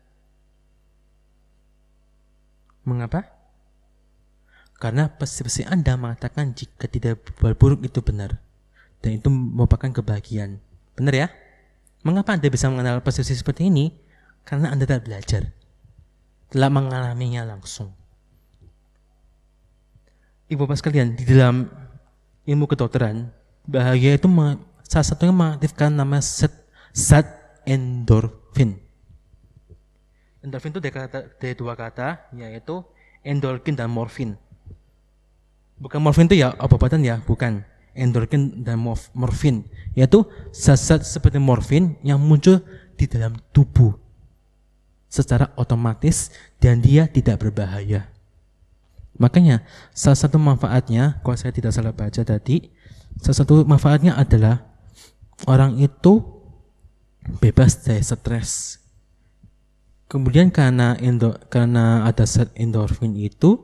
Mengapa? Karena persepsi Anda mengatakan jika tidak berbuat buruk itu benar. Dan itu merupakan kebahagiaan. Benar ya? Mengapa Anda bisa mengenal persepsi seperti ini? Karena Anda telah belajar. Telah mengalaminya langsung. Ibu bapak sekalian, di dalam ilmu kedokteran, bahagia itu salah satunya mengaktifkan nama zat endorfin. Endorfin itu dari dua kata, yaitu endorfin dan morfin. Bukan morfin itu ya obat-obatan ya, bukan. Endorfin dan morfin, yaitu zat-zat seperti morfin yang muncul di dalam tubuh secara otomatis dan dia tidak berbahaya. Makanya salah satu manfaatnya, kalau saya tidak salah baca tadi, salah satu manfaatnya adalah orang itu bebas dari stres. Kemudian karena ada zat endorfin itu,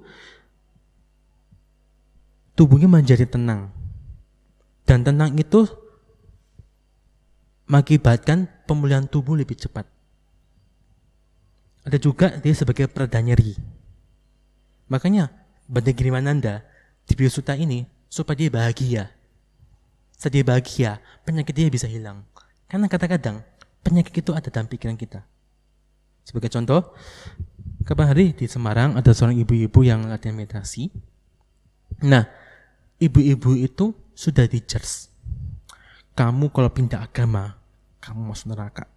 tubuhnya menjadi tenang. Dan tenang itu mengakibatkan pemulihan tubuh lebih cepat. Ada juga dia sebagai pereda nyeri. Makanya Banda Girimananda di Biosuta ini supaya dia bahagia. Setelah dia bahagia, penyakit dia bisa hilang. Karena kadang-kadang penyakit itu ada dalam pikiran kita. Sebagai contoh, kapan hari di Semarang ada seorang ibu-ibu yang latihan meditasi. Nah, ibu-ibu itu sudah dijudge. Kamu kalau pindah agama, kamu masuk neraka.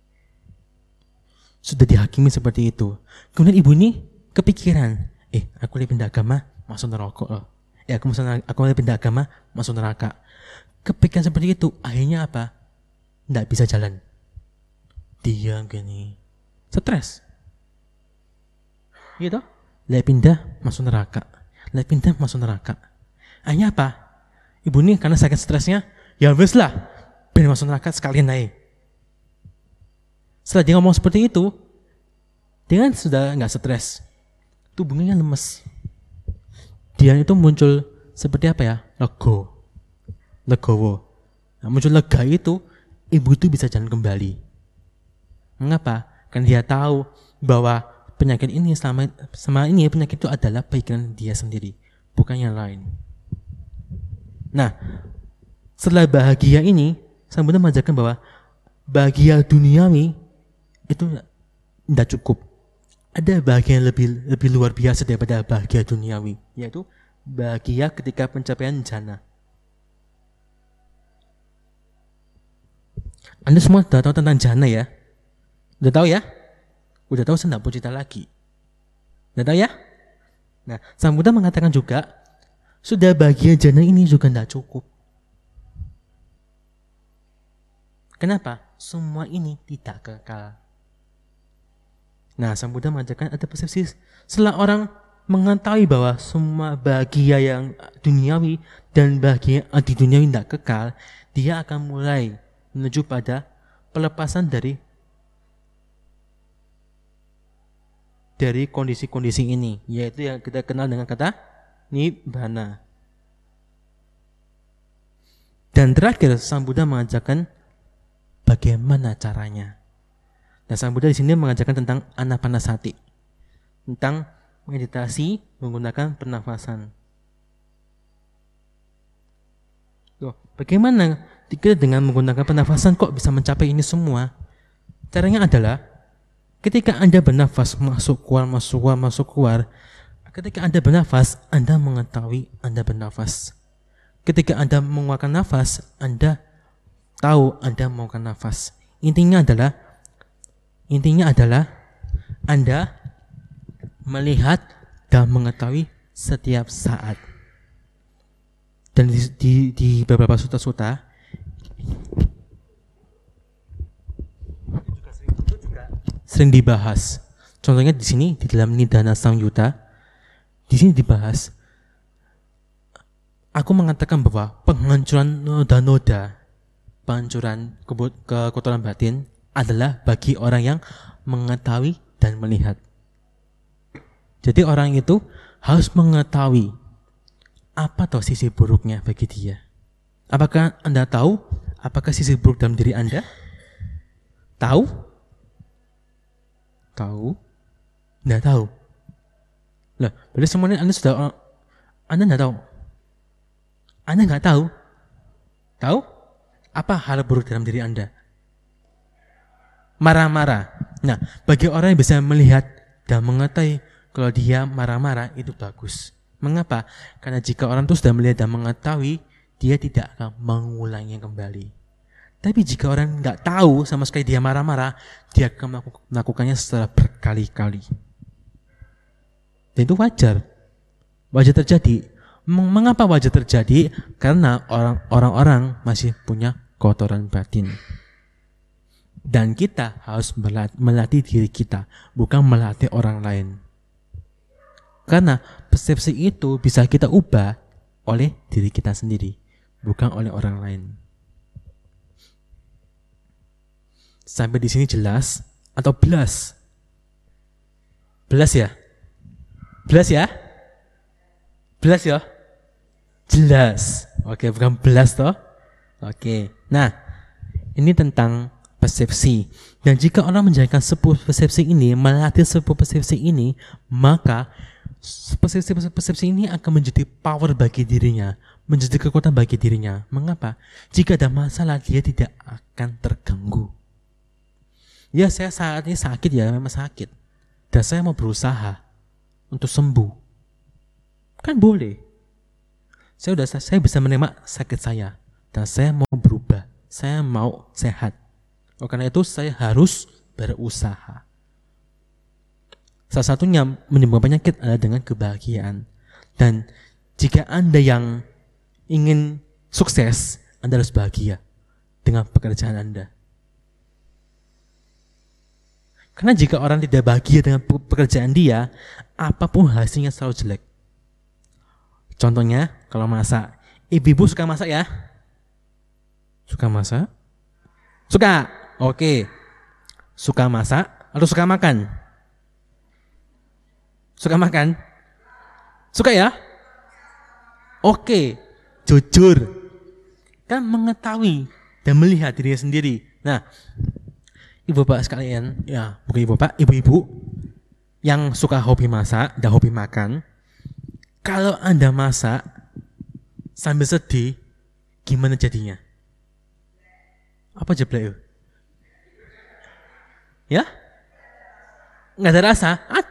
Sudah dihakimi seperti itu. Kemudian ibu ini kepikiran, aku boleh pindah agama, masuk neraka loh. Aku boleh pindah agama, masuk neraka. Kepikiran seperti itu, akhirnya apa? Nggak bisa jalan. Dia gini, stres. Gitu? Lihat pindah, masuk neraka. Lihat pindah, masuk neraka. Akhirnya apa? Ibu ini karena sakit stresnya, ya wes lah, pengen masuk neraka sekalian naik. Setelah dia ngomong seperti itu, dia kan sudah nggak stres. Tubuhnya lemes. Dia itu muncul seperti apa ya? Legowo. Nah, muncul lega itu, ibu itu bisa jalan kembali. Mengapa? Karena dia tahu bahwa penyakit ini selama ini penyakit itu adalah pikiran dia sendiri, bukan yang lain. Nah, setelah bahagia ini, Sang Buddha mengajarkan bahwa bahagia duniawi itu tidak cukup. Ada bahagia yang lebih luar biasa daripada bahagia duniawi, yaitu bahagia ketika pencapaian jana. Anda semua sudah tahu tentang jana ya? Udah tahu ya? Udah tahu, saya tidak mau cerita lagi. Udah tahu ya? Nah, Sang Buddha mengatakan juga, sudah bahagia jana ini juga tidak cukup. Kenapa? Semua ini tidak kekal. Nah, Sang Buddha mengajarkan ada persepsi setelah orang mengetahui bahwa semua bahagia yang duniawi dan bahagia di duniawi tidak kekal, dia akan mulai menuju pada pelepasan dari kondisi-kondisi ini, yaitu yang kita kenal dengan kata nibbana. Dan terakhir, Sang Buddha mengajarkan bagaimana caranya. Nah, Sang Buddha di sini mengajarkan tentang anapanasati, tentang meditasi menggunakan pernafasan. Bagaimana kita dengan menggunakan pernafasan kok bisa mencapai ini semua? Caranya adalah ketika Anda bernafas masuk keluar, ketika Anda bernafas, Anda mengetahui Anda bernafas. Ketika Anda mengeluarkan nafas, Anda tahu Anda mengeluarkan nafas. Intinya adalah Anda melihat dan mengetahui setiap saat. Dan di beberapa sutta-sutta sering dibahas. Contohnya di sini di dalam Nidana Samyutta, di sini dibahas. Aku mengatakan bahwa penghancuran noda-noda, penghancuran kekotoran batin adalah bagi orang yang mengetahui dan melihat. Jadi orang itu harus mengetahui apa toh sisi buruknya bagi dia. Apakah Anda tahu apakah sisi buruk dalam diri Anda? Tahu? Tidak tahu. Lah, berarti semuanya Anda tidak tahu. Anda nggak tahu. Tahu? Apa hal buruk dalam diri Anda? Marah-marah. Nah, bagi orang yang bisa melihat dan mengetahui kalau dia marah-marah itu bagus. Mengapa? Karena jika orang itu sudah melihat dan mengetahui, dia tidak akan mengulangnya kembali. Tapi jika orang nggak tahu sama sekali dia marah-marah, dia akan melakukannya secara berkali-kali. Dan itu wajar terjadi. Mengapa wajar terjadi? Karena orang-orang masih punya kotoran batin. Dan kita harus melatih diri kita, bukan melatih orang lain. Karena persepsi itu bisa kita ubah oleh diri kita sendiri, bukan oleh orang lain. Sampai di sini jelas atau belas? Belas ya? Belas ya? Belas ya? Jelas. Oke, bukan belas toh? Oke. Nah, ini tentang persepsi. Dan jika orang menjalankan sebuah persepsi ini, melatih sebuah persepsi ini, maka persepsi ini akan menjadi power bagi dirinya, menjadi kekuatan bagi dirinya. Mengapa? Jika ada masalah, dia tidak akan terganggu. Ya, saya saat ini sakit ya, memang sakit. Dan saya mau berusaha untuk sembuh. Kan boleh. Saya bisa menerima sakit saya. Dan saya mau berubah. Saya mau sehat. Karena itu saya harus berusaha. Salah satunya menyembuhkan penyakit adalah dengan kebahagiaan. Dan jika Anda yang ingin sukses, Anda harus bahagia dengan pekerjaan Anda. Karena jika orang tidak bahagia dengan pekerjaan dia, apapun hasilnya selalu jelek. Contohnya, kalau masak. Ibu-ibu suka masak ya? Suka masak? Suka? Oke. Suka masak atau suka makan? Suka makan? Suka ya? Oke. Jujur. Kan mengetahui dan melihat dirinya sendiri. Nah, ibu bapak sekalian, ya bukan ibu bapak, ibu-ibu yang suka hobi masak dan hobi makan, kalau Anda masak sambil sedih, gimana jadinya? Apa jeblek? Ya? Nggak ada rasa?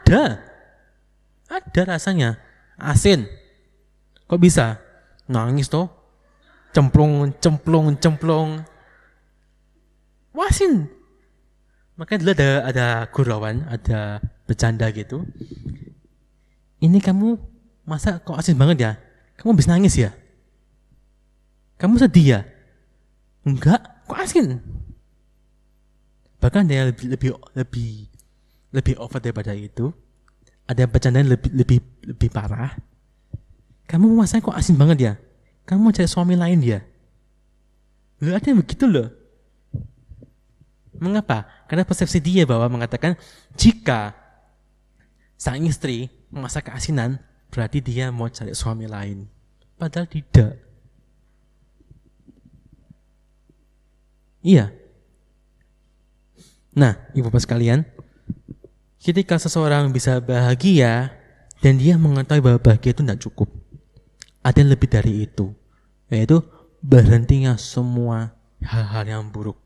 Ada rasanya. Asin. Kok bisa? Nangis toh? Cemplung. Wasin. Makanya dulu ada gurauan, ada bercanda gitu. Ini kamu masa kok asin banget ya? Kamu bisa nangis ya? Kamu sedih ya? Enggak, kok asin? Bahkan ada yang lebih over daripada itu. Ada yang bercanda lebih parah. Kamu masanya kok asin banget ya? Kamu cari suami lain ya? Loh, ada yang begitu loh. Mengapa? Karena persepsi dia bahwa mengatakan jika sang istri memasak keasinan, berarti dia mau cari suami lain. Padahal tidak. Iya. Nah, ibu bapak sekalian, ketika seseorang bisa bahagia dan dia mengetahui bahwa bahagia itu tidak cukup, ada yang lebih dari itu, yaitu berhentinya semua hal-hal yang buruk.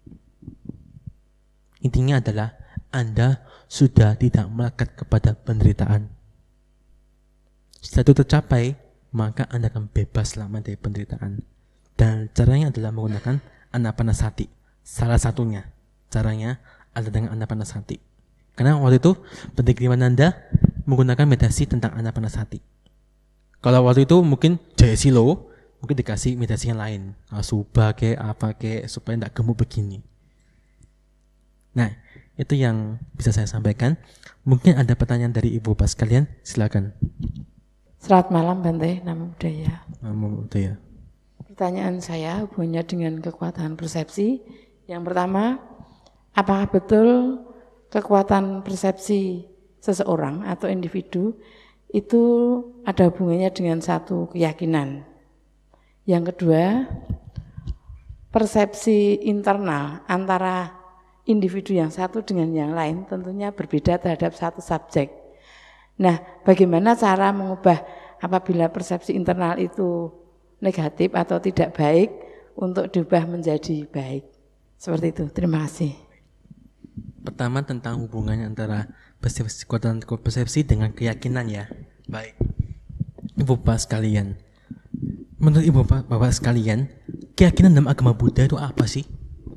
Intinya adalah Anda sudah tidak melekat kepada penderitaan. Setelah itu tercapai, maka Anda akan bebas selama dari penderitaan. Dan caranya adalah menggunakan anapanasati. Salah satunya caranya adalah dengan anapanasati. Karena waktu itu pendidikan Anda menggunakan meditasi tentang anapanasati. Kalau waktu itu mungkin Jayasilo, mungkin dikasih meditasi yang lain, subha ke apa ke supaya tidak gemuk begini. Nah, itu yang bisa saya sampaikan. Mungkin ada pertanyaan dari ibu bapak sekalian, silakan. Selamat malam Bante, Namo Buddhaya. Namo Buddhaya. Pertanyaan saya hubungannya dengan kekuatan persepsi. Yang pertama, apakah betul kekuatan persepsi seseorang atau individu itu ada hubungannya dengan satu keyakinan? Yang kedua, persepsi internal antara individu yang satu dengan yang lain tentunya berbeda terhadap satu subjek. Nah, bagaimana cara mengubah apabila persepsi internal itu negatif atau tidak baik untuk diubah menjadi baik? Seperti itu. Terima kasih. Pertama tentang hubungannya antara persepsi dengan keyakinan ya. Baik. Ibu bapak sekalian, menurut ibu bapak sekalian, keyakinan dalam agama Buddha itu apa sih?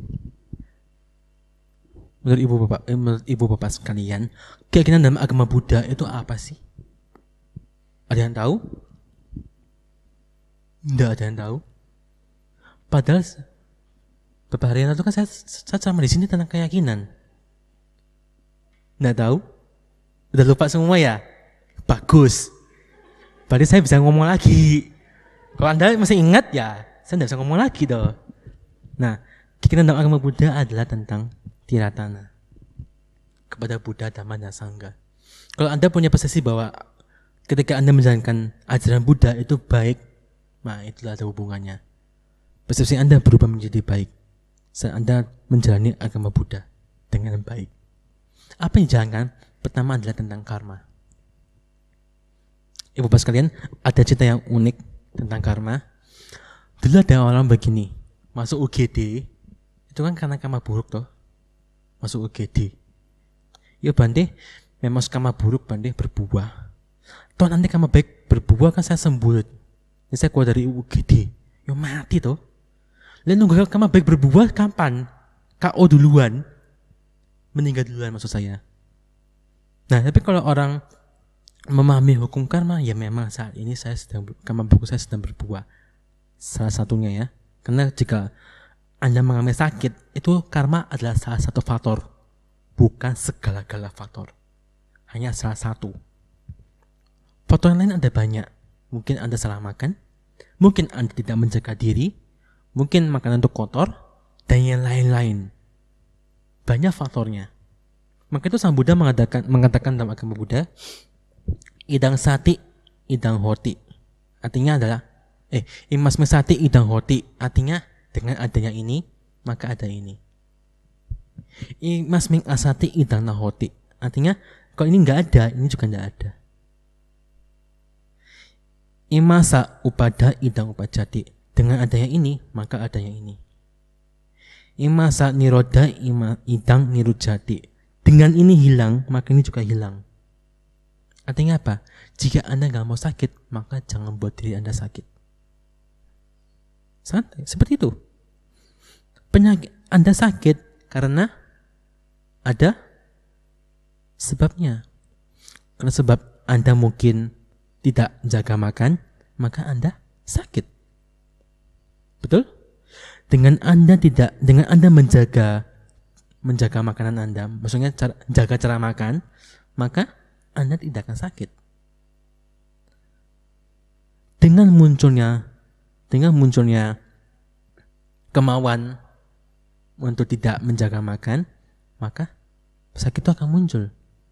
Menurut ibu bapak sekalian, keyakinan dalam agama Buddha itu apa sih? Ada yang tahu? Tidak ada yang tahu. Padahal Beberapa hari yang lalu kan saya sama di sini tentang keyakinan. Nggak tahu? Udah lupa semua ya? Bagus. Berarti saya bisa ngomong lagi. Kalau Anda masih ingat ya, saya nggak bisa ngomong lagi toh. Nah, keyakinan dalam agama Buddha adalah tentang tiratana. Kepada Buddha, Dhamma, dan Sangha. Kalau Anda punya persepsi bahwa ketika Anda menjalankan ajaran Buddha itu baik, nah itulah ada hubungannya. Persepsi Anda berubah menjadi baik saat Anda menjalani agama Buddha dengan baik. Apa yang dijalankan? Pertama adalah tentang karma. Ibu bapak sekalian, ada cerita yang unik tentang karma. Dulu ada orang begini, masuk UGD, itu kan karena karma buruk toh, masuk UGD. Ya Bante, memang karma buruk Bante berbuah. Toh nanti karma baik berbuah kan saya sembuh. Ya saya keluar dari UGD, ya mati toh. Lalu nunggu karma baik berbuah kapan? KO duluan, meninggal duluan maksud saya. Nah tapi kalau orang memahami hukum karma, ya memang saat ini karma buruk saya sedang berbuah. Salah satunya ya, karena jika Anda mengalami sakit, itu karma adalah salah satu faktor, bukan segala-gala faktor, hanya salah satu. Faktor yang lain ada banyak. Mungkin Anda salah makan, mungkin Anda tidak menjaga diri, mungkin makanan itu kotor, dan yang lain-lain. Banyak faktornya. Maka itu Sang Buddha mengatakan dalam agama Buddha, idang sati, idang hoti. Artinya adalah, imas mesati, idang hoti. Artinya dengan adanya ini, maka ada ini. Imas ming asati, idang nahoti. Artinya kalau ini nggak ada, ini juga nggak ada. Imasa upada idang upajati. Dengan adanya ini, maka adanya ini. Imasa niroda idang nirujati. Dengan ini hilang, maka ini juga hilang. Artinya apa? Jika Anda nggak mau sakit, maka jangan buat diri Anda sakit. Santai, seperti itu. Penyakit Anda sakit karena ada sebabnya. Karena sebab Anda mungkin tidak jaga makan, maka Anda sakit. Betul? Dengan Anda menjaga makanan Anda, maksudnya jaga cara makan, maka Anda tidak akan sakit. Dengan munculnya kemauan untuk tidak menjaga makan, maka sakit itu akan muncul.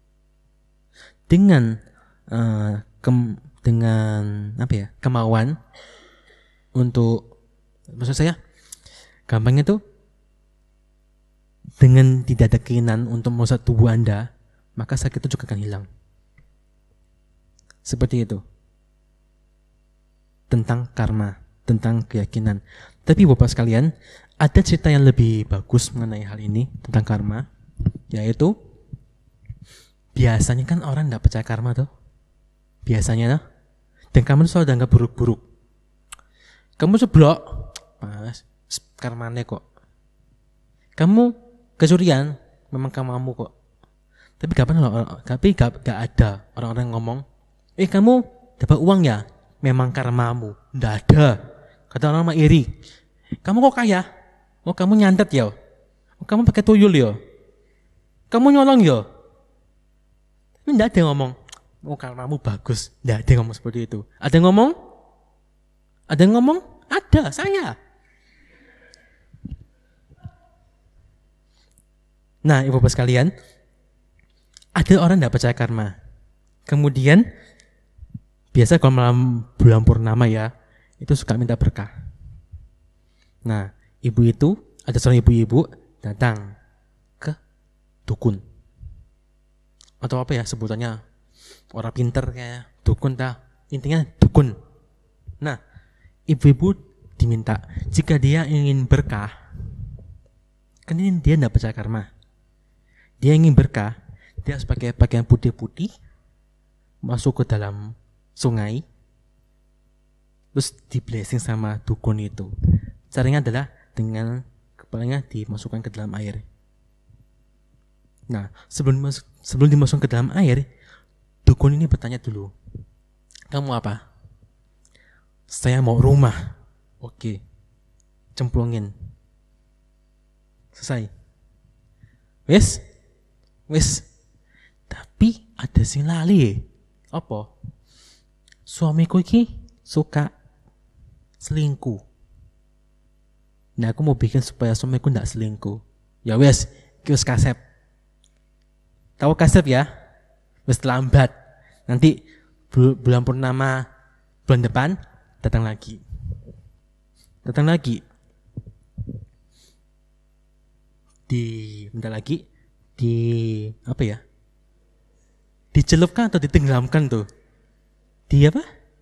Dengan kemauan untuk, maksud saya gampangnya tuh, dengan tidak ada keinginan untuk merusak tubuh Anda, maka sakit itu juga akan hilang. Seperti itu. Tentang karma, tentang keyakinan. Tapi Bapak sekalian, ada cerita yang lebih bagus mengenai hal ini, tentang karma, yaitu biasanya kan orang tidak percaya karma tuh. Biasanya tuh. Dan kamu selalu dianggap buruk-buruk. Kamu seblok, mas, karmane kok. Kamu kecurian, memang kamu kok. Tapi gak ada orang-orang ngomong, kamu dapat uang ya, memang karmamu. Nggak ada. Kata orang mah iri. Kamu kok kaya? Oh kamu nyantet ya? Oh kamu pakai tuyul ya? Kamu nyolong ya? Tapi nggak ada yang ngomong, oh karmamu bagus. Nggak ada yang ngomong seperti itu. Ada yang ngomong? Ada yang ngomong? Ada, saya. Nah, ibu bapak sekalian, ada orang tidak percaya karma. Kemudian, biasa kalau malam bulan purnama ya, itu suka minta berkah. Nah, ada seorang ibu-ibu datang ke dukun. Atau apa ya sebutannya, orang pinter kayak dukun dah. Intinya dukun. Nah, ibu-ibu diminta, jika dia ingin berkah, kan ini dia tidak percaya karma. Dia ingin berkah, dia harus pakai pakaian putih-putih, masuk ke dalam sungai, terus di blessing sama dukun itu. Caranya adalah dengan kepalanya dimasukkan ke dalam air. Nah, sebelum dimasukkan ke dalam air, dukun ini bertanya dulu, kamu apa? Saya mau rumah. Oke, cemplungin. Selesai. Wes. Tapi ada sing lali. Apa? Suamiku iki suka selingkuh. Nah, aku mau bikin supaya suamiku ndak selingkuh. Ya wes, wis kasep. Tahu kasep ya? Wis terlambat. Nanti bulan purnama bulan depan datang lagi. Bentar lagi apa ya? Dicelupkan atau ditenggelamkan tuh? Di apa?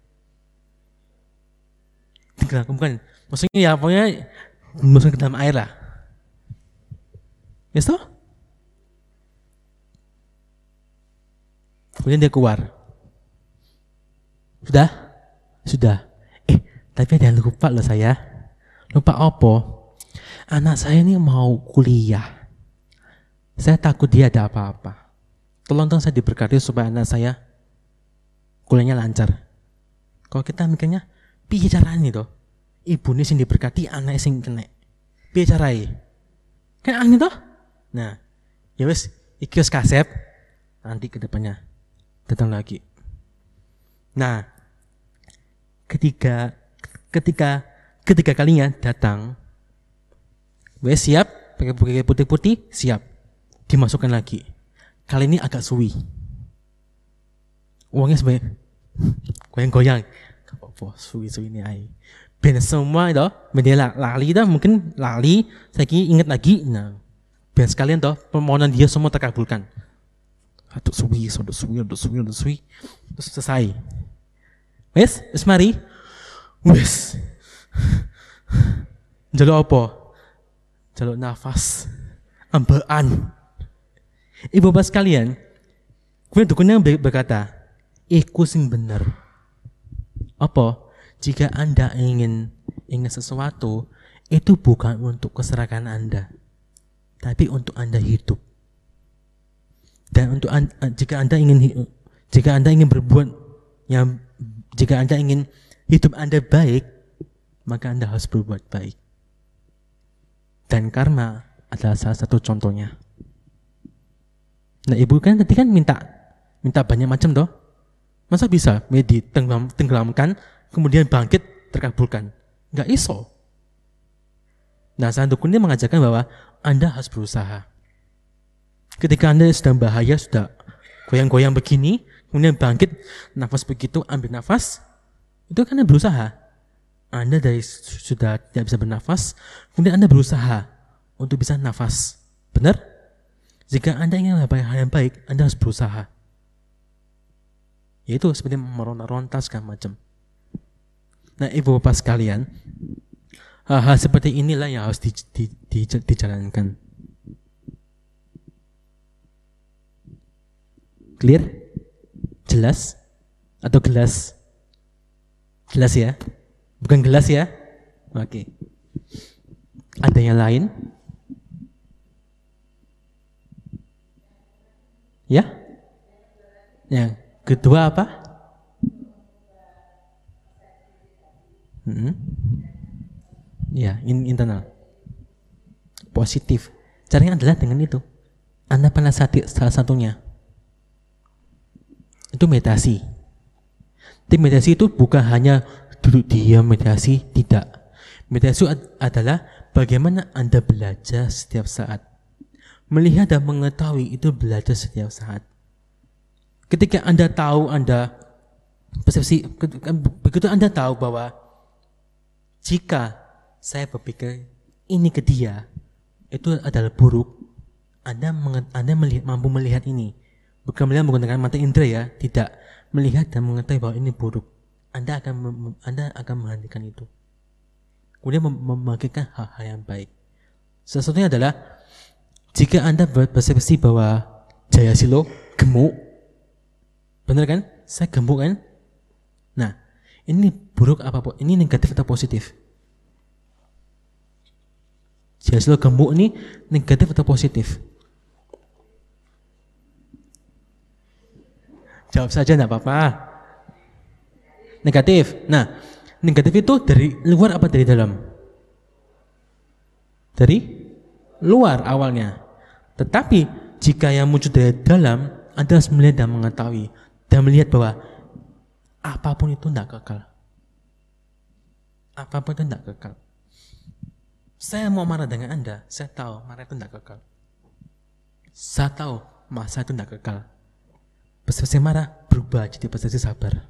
Tenggelamkan. Maksudnya ya pokoknya masuk ke dalam air lah. Yes toh? Kemudian dia keluar. Sudah. Tapi ada yang lupa loh saya. Lupa apa? Anak saya ini mau kuliah. Saya takut dia ada apa-apa. Tolong dong saya diberkati supaya anak saya kuliahnya lancar. Kalau kita mikirnya, piye caranya toh? Ibu ini sing diberkati, anak sing kena. Piye caranya? Kan aneh toh? Nah, ya wes, iki wis kasep. Nanti ke depannya datang lagi. Nah, ketika kalinya datang, wes siap, pakai putih-putih, siap. Dimasukkan lagi. Kali ini agak suwi. Uangnya sebanyak goyang-goyang. Apa suwi ini ai. Ben semua itu, bendela lali dah, mungkin lali, saya ingat lagi. Nah, ben sekalian toh permohonan dia semua terkabulkan. Satu suwi, terus selesai. Wes mari. Wes. Jaluk apa? Jaluk nafas. Ambean. Ibu bapak sekalian, kemudian dukunnya berkata, iku sing bener. Apa? Jika Anda ingin sesuatu, itu bukan untuk keserakahan Anda, tapi untuk Anda hidup. Dan jika Anda ingin berbuat yang, jika Anda ingin hidup Anda baik, maka Anda harus berbuat baik. Dan karma adalah salah satu contohnya. Nah, ibu kan tadi kan minta banyak macam toh. Masa bisa ditenggelamkan kemudian bangkit terkabulkan? Enggak iso. Nah, Sandukun ini mengajarkan bahwa Anda harus berusaha. Ketika Anda sedang bahaya, sudah goyang-goyang begini, kemudian bangkit, nafas begitu, ambil nafas, itu kan Anda berusaha. Anda sudah tidak bisa bernafas, kemudian Anda berusaha untuk bisa nafas. Benar? Jika Anda ingin hal yang baik, Anda harus berusaha. Yaitu seperti meronta-ronta segala macam. Nah, ibu bapak sekalian, hal seperti inilah yang harus dijalankan. Clear? Jelas? Atau gelas? Jelas ya? Bukan gelas ya? Oke. Ada yang lain? Ya? Yang kedua apa? Ya, internal. Positif. Caranya adalah dengan itu. Anda pernah salah satunya. Itu meditasi. Tim meditasi itu bukan hanya duduk diam meditasi, tidak. Meditasi adalah bagaimana Anda belajar setiap saat. Melihat dan mengetahui itu belajar setiap saat. Ketika Anda tahu, Anda persepsi, begitu Anda tahu bahwa jika saya berpikir ini ke dia, itu adalah buruk, Anda mampu melihat ini. Bukan melihat menggunakan mata indera ya, tidak. Melihat dan mengetahui bahwa ini buruk. Anda akan menghentikan itu. Kemudian membangkitkan hal-hal yang baik. Salah satunya adalah jika Anda berpersepsi bahwa Jayasilo gemuk, benar kan? Saya gemuk kan? Nah, ini buruk apa? Ini negatif atau positif? Jayasilo gemuk ini negatif atau positif? Jawab saja, enggak apa-apa. Negatif. Nah, negatif itu dari luar apa dari dalam? Dari luar awalnya. Tetapi jika yang muncul dari dalam, Anda harus melihat dan mengetahui dan melihat bahwa apapun itu tidak kekal. Apapun itu tidak kekal. Saya mau marah dengan Anda, saya tahu marah itu tidak kekal. Saya tahu masa itu tidak kekal. Persepsi marah berubah jadi persepsi sabar.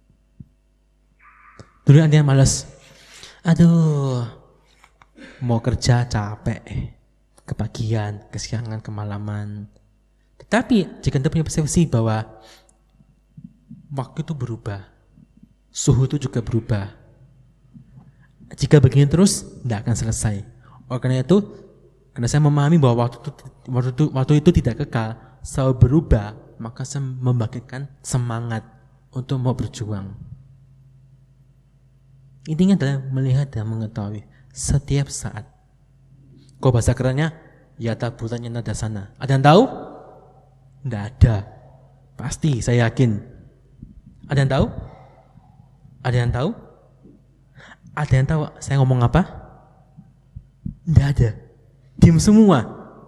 Dulu Anda yang malas, aduh, mau kerja capek, kepagian, kesiangan, kemalaman. Tetapi jika Anda punya persepsi bahwa waktu itu berubah, suhu itu juga berubah. Jika begini terus, tidak akan selesai. Oleh karena itu, karena saya memahami bahwa waktu itu tidak kekal, selalu berubah, maka saya membagikan semangat untuk mau berjuang. Intinya adalah melihat dan mengetahui setiap saat. Kok bahasa kerennya, yata bhutanya nadasana. Ada yang tahu? Tidak ada. Pasti, saya yakin. Ada yang tahu? Ada yang tahu? Ada yang tahu saya ngomong apa? Tidak ada. Diam semua.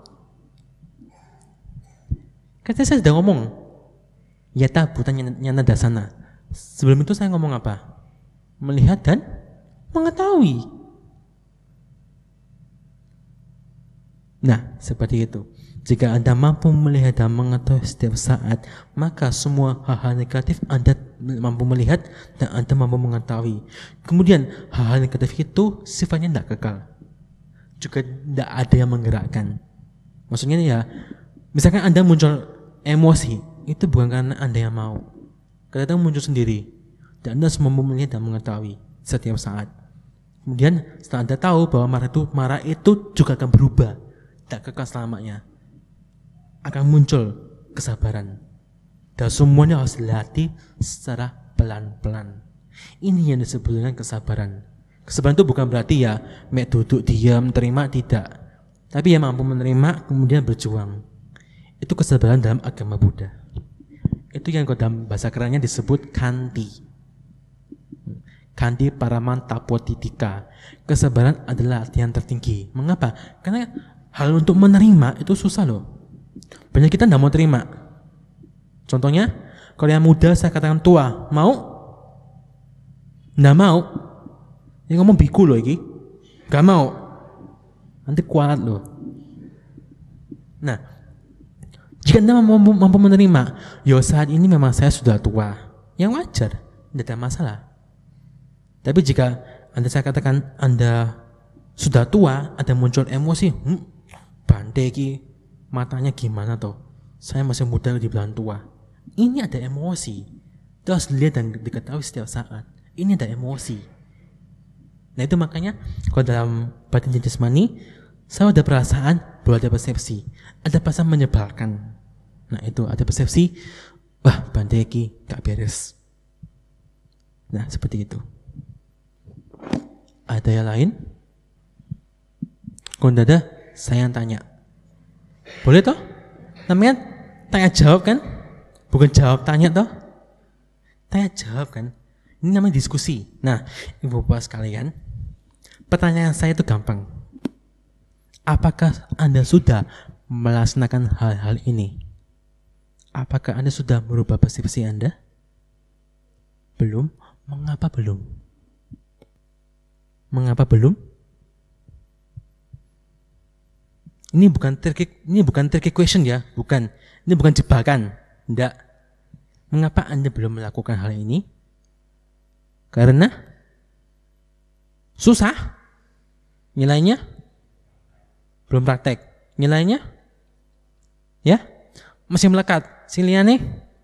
Katanya saya sudah ngomong. Yata bhutanya nadasana. Sebelum itu saya ngomong apa? Melihat dan mengetahui. Nah, seperti itu. Jika Anda mampu melihat dan mengetahui setiap saat, maka semua hal-hal negatif Anda mampu melihat dan Anda mampu mengetahui. Kemudian hal-hal negatif itu sifatnya tidak kekal. Juga tidak ada yang menggerakkan. Maksudnya ya, misalkan Anda muncul emosi, itu bukan karena Anda yang mau. Kadang-kadang muncul sendiri. Dan Anda semua melihat dan mengetahui setiap saat. Kemudian setelah Anda tahu bahwa marah itu juga akan berubah, tidak kekal selamanya, akan muncul kesabaran. Dan semuanya harus dilatih secara pelan-pelan. Ini yang disebut dengan kesabaran. Kesabaran itu bukan berarti ya duduk diam, terima, tidak. Tapi yang mampu menerima kemudian berjuang. Itu kesabaran dalam agama Buddha. Itu yang dalam bahasa kerennya disebut kanti. Kandi Paramantapotidika. Kesabaran adalah artian tertinggi. Mengapa? Karena hal untuk menerima itu susah loh. Banyak kita tidak mau terima. Contohnya, kalau yang muda saya katakan tua, mau? Tidak mau. Yang ngomong biku loh ini. Gak mau. Nanti kuat loh. Nah, jika Anda mampu menerima, ya saat ini memang saya sudah tua. Yang wajar, tidak ada masalah. Tapi jika saya katakan Anda sudah tua, ada muncul emosi, bandai ki, matanya gimana toh? Saya masih muda dibilang tua. Ini ada emosi. Itu harus dilihat dan diketahui setiap saat. Ini ada emosi. Nah itu makanya kalau dalam batin jasmani, saya ada perasaan bahwa ada persepsi. Ada perasaan menyebalkan. Nah itu ada persepsi, wah bandai ki gak beres. Nah seperti itu. Ada yang lain? Kalau tidak ada, saya yang tanya. Boleh toh? Namanya tanya jawab kan? Bukan jawab tanya toh? Tanya jawab kan? Ini namanya diskusi. Nah, ibu bapak sekalian, pertanyaan saya itu gampang. Apakah Anda sudah melaksanakan hal-hal ini? Apakah Anda sudah merubah persepsi Anda? Belum? Mengapa belum? Mengapa belum? Ini bukan tricky question ya, bukan. Ini bukan jebakan, tidak. Mengapa Anda belum melakukan hal ini? Karena susah. Nilainya belum praktek. Nilainya ya masih melekat. Siliane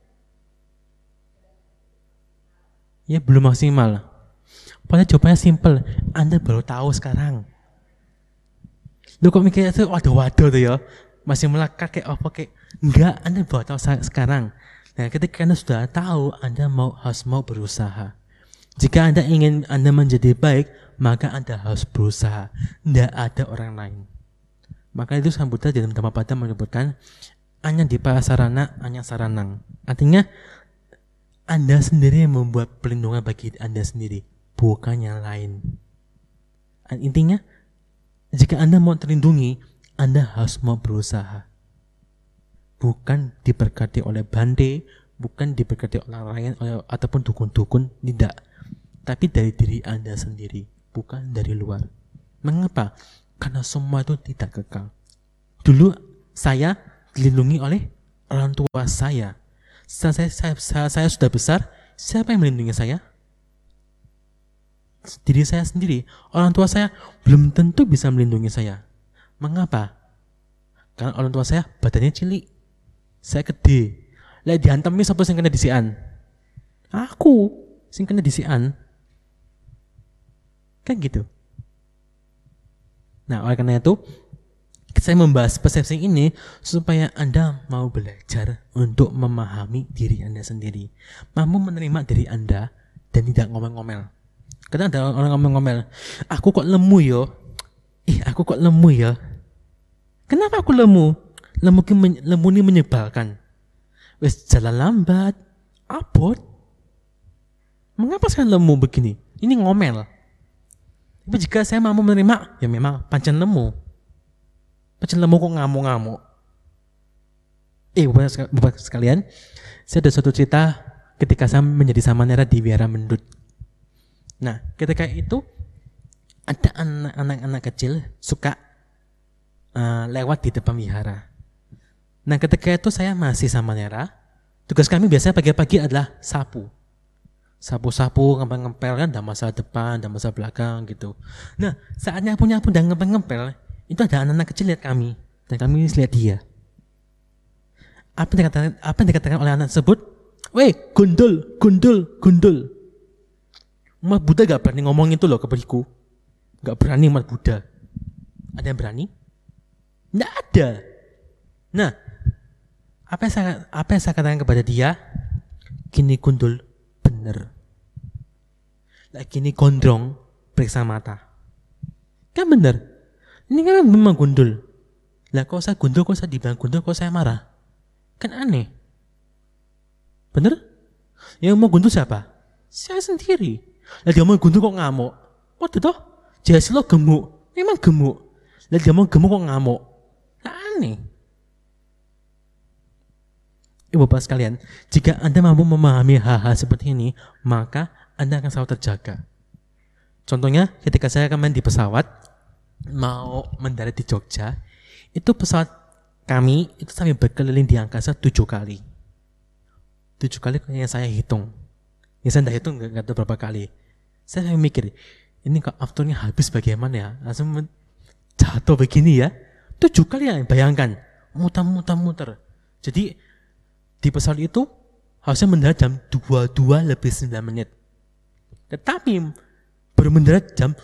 ya belum maksimal. Padahal jawabannya simple. Anda baru tahu sekarang. Lu kok mikirnya tuh waduh tuh ya. Masih melekat kayak apa kayak. Enggak, Anda baru tahu sekarang. Nah ketika Anda sudah tahu, Anda harus mau berusaha. Jika Anda ingin Anda menjadi baik, maka Anda harus berusaha. Tidak ada orang lain. Maka itu Sang Buddha dalam Dhammapada menyebutkan Anya dipa sarana, anya saranang. Artinya Anda sendiri yang membuat perlindungan bagi Anda sendiri, bukan yang lain. Intinya, jika Anda mau terlindungi, Anda harus mau berusaha. Bukan diberkati oleh Bante, bukan diberkati oleh orang lain ataupun dukun-dukun, tidak. Tapi dari diri Anda sendiri, bukan dari luar. Mengapa? Karena semua itu tidak kekal. Dulu saya dilindungi oleh orang tua saya. Saya sudah besar, siapa yang melindungi saya? Diri saya sendiri. Orang tua saya belum tentu bisa melindungi saya. Mengapa? Karena orang tua saya badannya cilik, saya gede. Lah diantemi sapa sing kena disikan? Aku sing kena disikan. Kan gitu. Nah, oleh karena itu saya membahas persepsi ini supaya Anda mau belajar untuk memahami diri Anda sendiri, mampu menerima diri Anda dan tidak ngomel-ngomel. Kadang ada orang ngomel-ngomel, aku kok lemu yo, aku kok lemu ya. Kenapa aku lemu? Lemu ini menyebalkan. Wes jalan lambat, abot. Mengapa saya lemu begini? Ini ngomel. Tapi jika saya mampu menerima, ya memang pancen lemu. Pancen lemu kok ngamuk-ngamuk. Bapak sekalian, saya ada suatu cerita ketika saya menjadi samanera di Wihara Mendut. Nah, ketika itu ada anak-anak kecil suka lewat di depan wihara. Nah, ketika itu saya masih samanera. Tugas kami biasanya pagi-pagi adalah sapu, ngempel-ngempel kan, ada masa depan, ada masa belakang gitu. Nah, saatnya punya pun dan ngempel-ngempel, itu ada anak-anak kecil lihat kami dan kami lihat dia. Apa yang dikatakan oleh anak tersebut? Weh, gundul. Umat Buddha gak berani ngomong itu loh ke beriku. Gak berani umat Buddha. Ada yang berani? Nggak ada. Nah, apa yang saya katakan kepada dia? Gini gundul, bener. Lah gini gondrong, periksa mata. Kan bener. Ini kan memang gundul. Lah kok saya gundul, kok saya dibilang gundul, kok saya marah? Kan aneh. Bener? Yang mau gundul siapa? Saya sendiri. Lah dia mau gundul kok ngamuk. Waduh toh, jelas lo gemuk. Memang gemuk. Lah dia mau gemuk kok ngamuk. Nah, aneh. Ibu bapak sekalian, jika Anda mampu memahami hal-hal seperti ini, maka Anda akan selalu terjaga. Contohnya, ketika saya akan main di pesawat, mau mendarat di Jogja, itu pesawat kami itu sampai berkeliling di angkasa 7 kali. 7 kali yang saya hitung. Ya saya hitung nggak tahu berapa kali. Saya mikir, ini kok afternya habis bagaimana ya? Langsung jatuh begini ya. 7 kali ya, bayangkan. Muter. Jadi di pesawat itu harusnya mendarat jam 22:09. Tetapi baru mendarat jam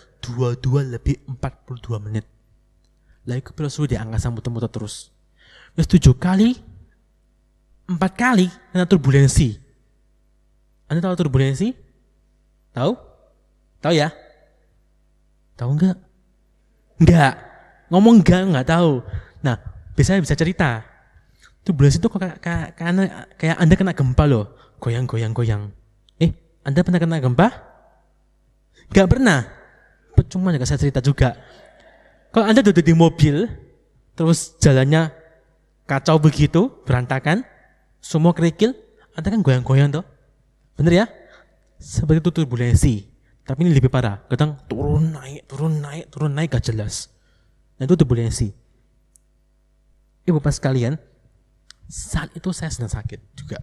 22:42. Lalu ke suruh di angkasa muter-muter terus. Terus 7 kali, 4 kali kena turbulensi. Anda tahu turbulensi? Tahu? Tahu ya? Tahu enggak? Enggak. Ngomong enggak tahu. Nah, biasanya bisa cerita. Turbulensi itu kayak Anda kena gempa loh. Goyang. Anda pernah kena gempa? Enggak pernah. Cuma juga saya cerita juga. Kalau Anda duduk di mobil, terus jalannya kacau begitu, berantakan, semua kerikil, Anda kan goyang-goyang toh. Bener ya? Seperti itu turbulensi. Tapi ini lebih parah. Kadang turun naik gak jelas. Nah itu turbulensi. Ibu bapak sekalian, saat itu saya sedang sakit juga.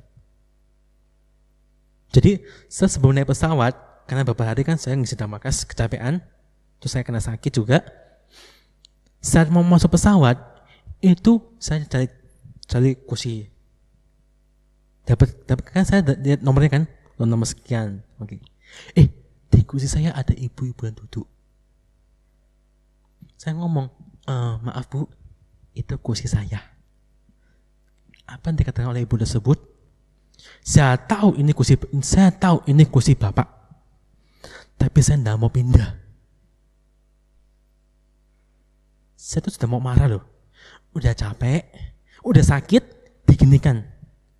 Jadi saya sebelum naik pesawat, karena beberapa hari kan saya ngisi damakas, kecapean, terus saya kena sakit juga. Saat mau masuk pesawat, itu saya cari kursi. Dapat kan saya lihat nomornya kan, nomor sekian. Oke. Di kursi saya ada ibu-ibu yang duduk. Saya ngomong, maaf Bu, itu kursi saya. Apa yang dikatakan oleh ibu tersebut? Saya tahu ini kursi Bapak. Tapi saya tidak mau pindah. Saya tuh sudah mau marah loh. Udah capek, udah sakit, diginikan.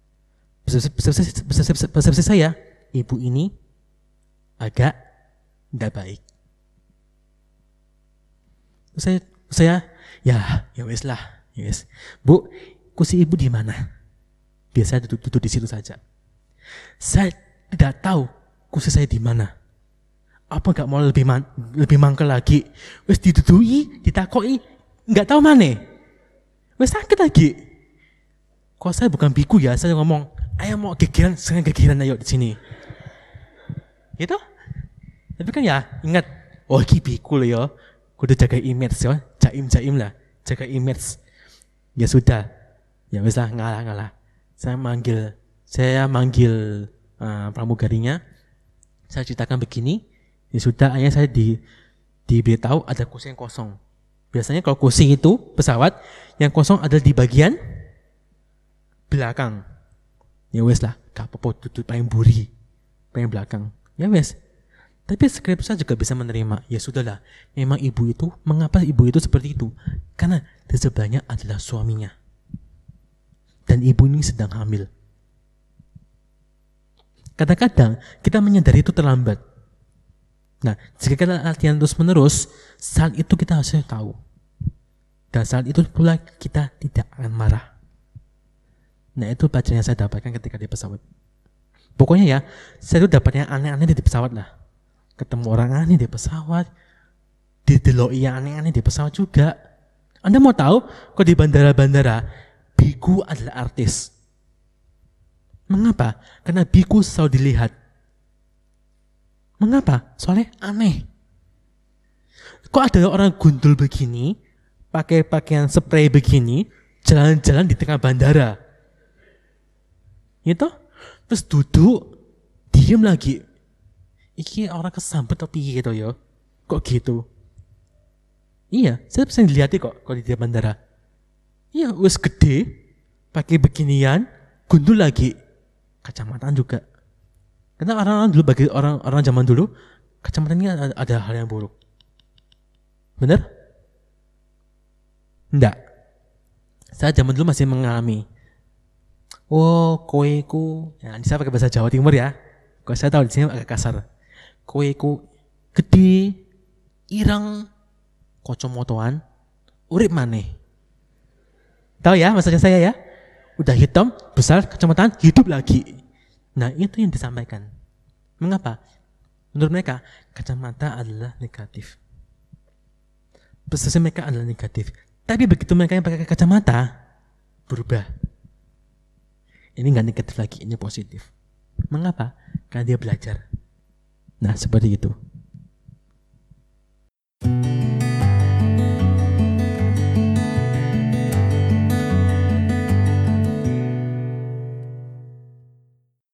Persepsi saya, ibu ini agak tidak baik. Saya Saya, ya wes lah, ya wes. Bu, kursi ibu di mana? Biasa duduk di situ saja. Saya tidak tahu kursi saya di mana. Apa nggak mau lebih mangkel lagi? Wes didudui, ditakoi, nggak tahu mana. Wes sakit lagi. Kok saya bukan biku ya, saya ngomong, ayo mau gegeran, sekarang gegeran ayo di sini. Gitu? Tapi kan ya, ingat, oh ini biku loh ya, kudu jaga image ya, jaim lah, jaga image. Ya sudah, ya wes lah, ngalah. Saya manggil pramugarinya, saya ceritakan begini, ya sudah, akhirnya saya diberitahu ada kursi yang kosong. Biasanya kalau kursi itu pesawat yang kosong ada di bagian belakang. Ya wes lah, gak apa-apa duduk paling buri, paling belakang. Ya wes. Tapi skripsa juga bisa menerima. Ya sudahlah, memang ibu itu, mengapa ibu itu seperti itu? Karena di sebelahnya adalah suaminya. Dan ibu ini sedang hamil. Kadang-kadang kita menyadari itu terlambat. Nah, jika kita latihan terus menerus, saat itu kita harusnya tahu. Dan saat itu pula kita tidak akan marah. Nah, itu pelajaran yang saya dapatkan ketika di pesawat. Pokoknya ya, saya itu dapat yang aneh-aneh di pesawat lah. Ketemu orang aneh di pesawat, dideloi yang aneh-aneh di pesawat juga. Anda mau tahu, kalau di bandara-bandara, biku adalah artis. Mengapa? Karena biku selalu dilihat. Mengapa? Soalnya aneh. Kok ada orang gundul begini, pakai pakaian spray begini, jalan-jalan di tengah bandara? Gitu? Terus duduk, diem lagi. Iki orang kesambet tapi gitu ya. Kok gitu? Iya, saya bisa dilihatin kok kalau di bandara. Iya, wes gede, pakai beginian, gundul lagi. Kacamataan juga. Karena orang-orang dulu, bagi orang zaman dulu, kacamata ini ada hal yang buruk. Bener? Enggak. Saya zaman dulu masih mengalami. Oh, koweku. Ya, ini saya pakai bahasa Jawa Timur ya. Kalau saya tahu di sini agak kasar. Koweku gede, ireng, kocomotoan, urip maneh. Tahu ya maksudnya saya ya? Udah hitam, besar, kacamataan, hidup lagi. Nah, itu yang disampaikan. Mengapa? Menurut mereka, kacamata adalah negatif. Persepsi mereka adalah negatif. Tapi begitu mereka yang pakai kacamata, berubah. Ini nggak negatif lagi, ini positif. Mengapa? Karena dia belajar. Nah, seperti itu.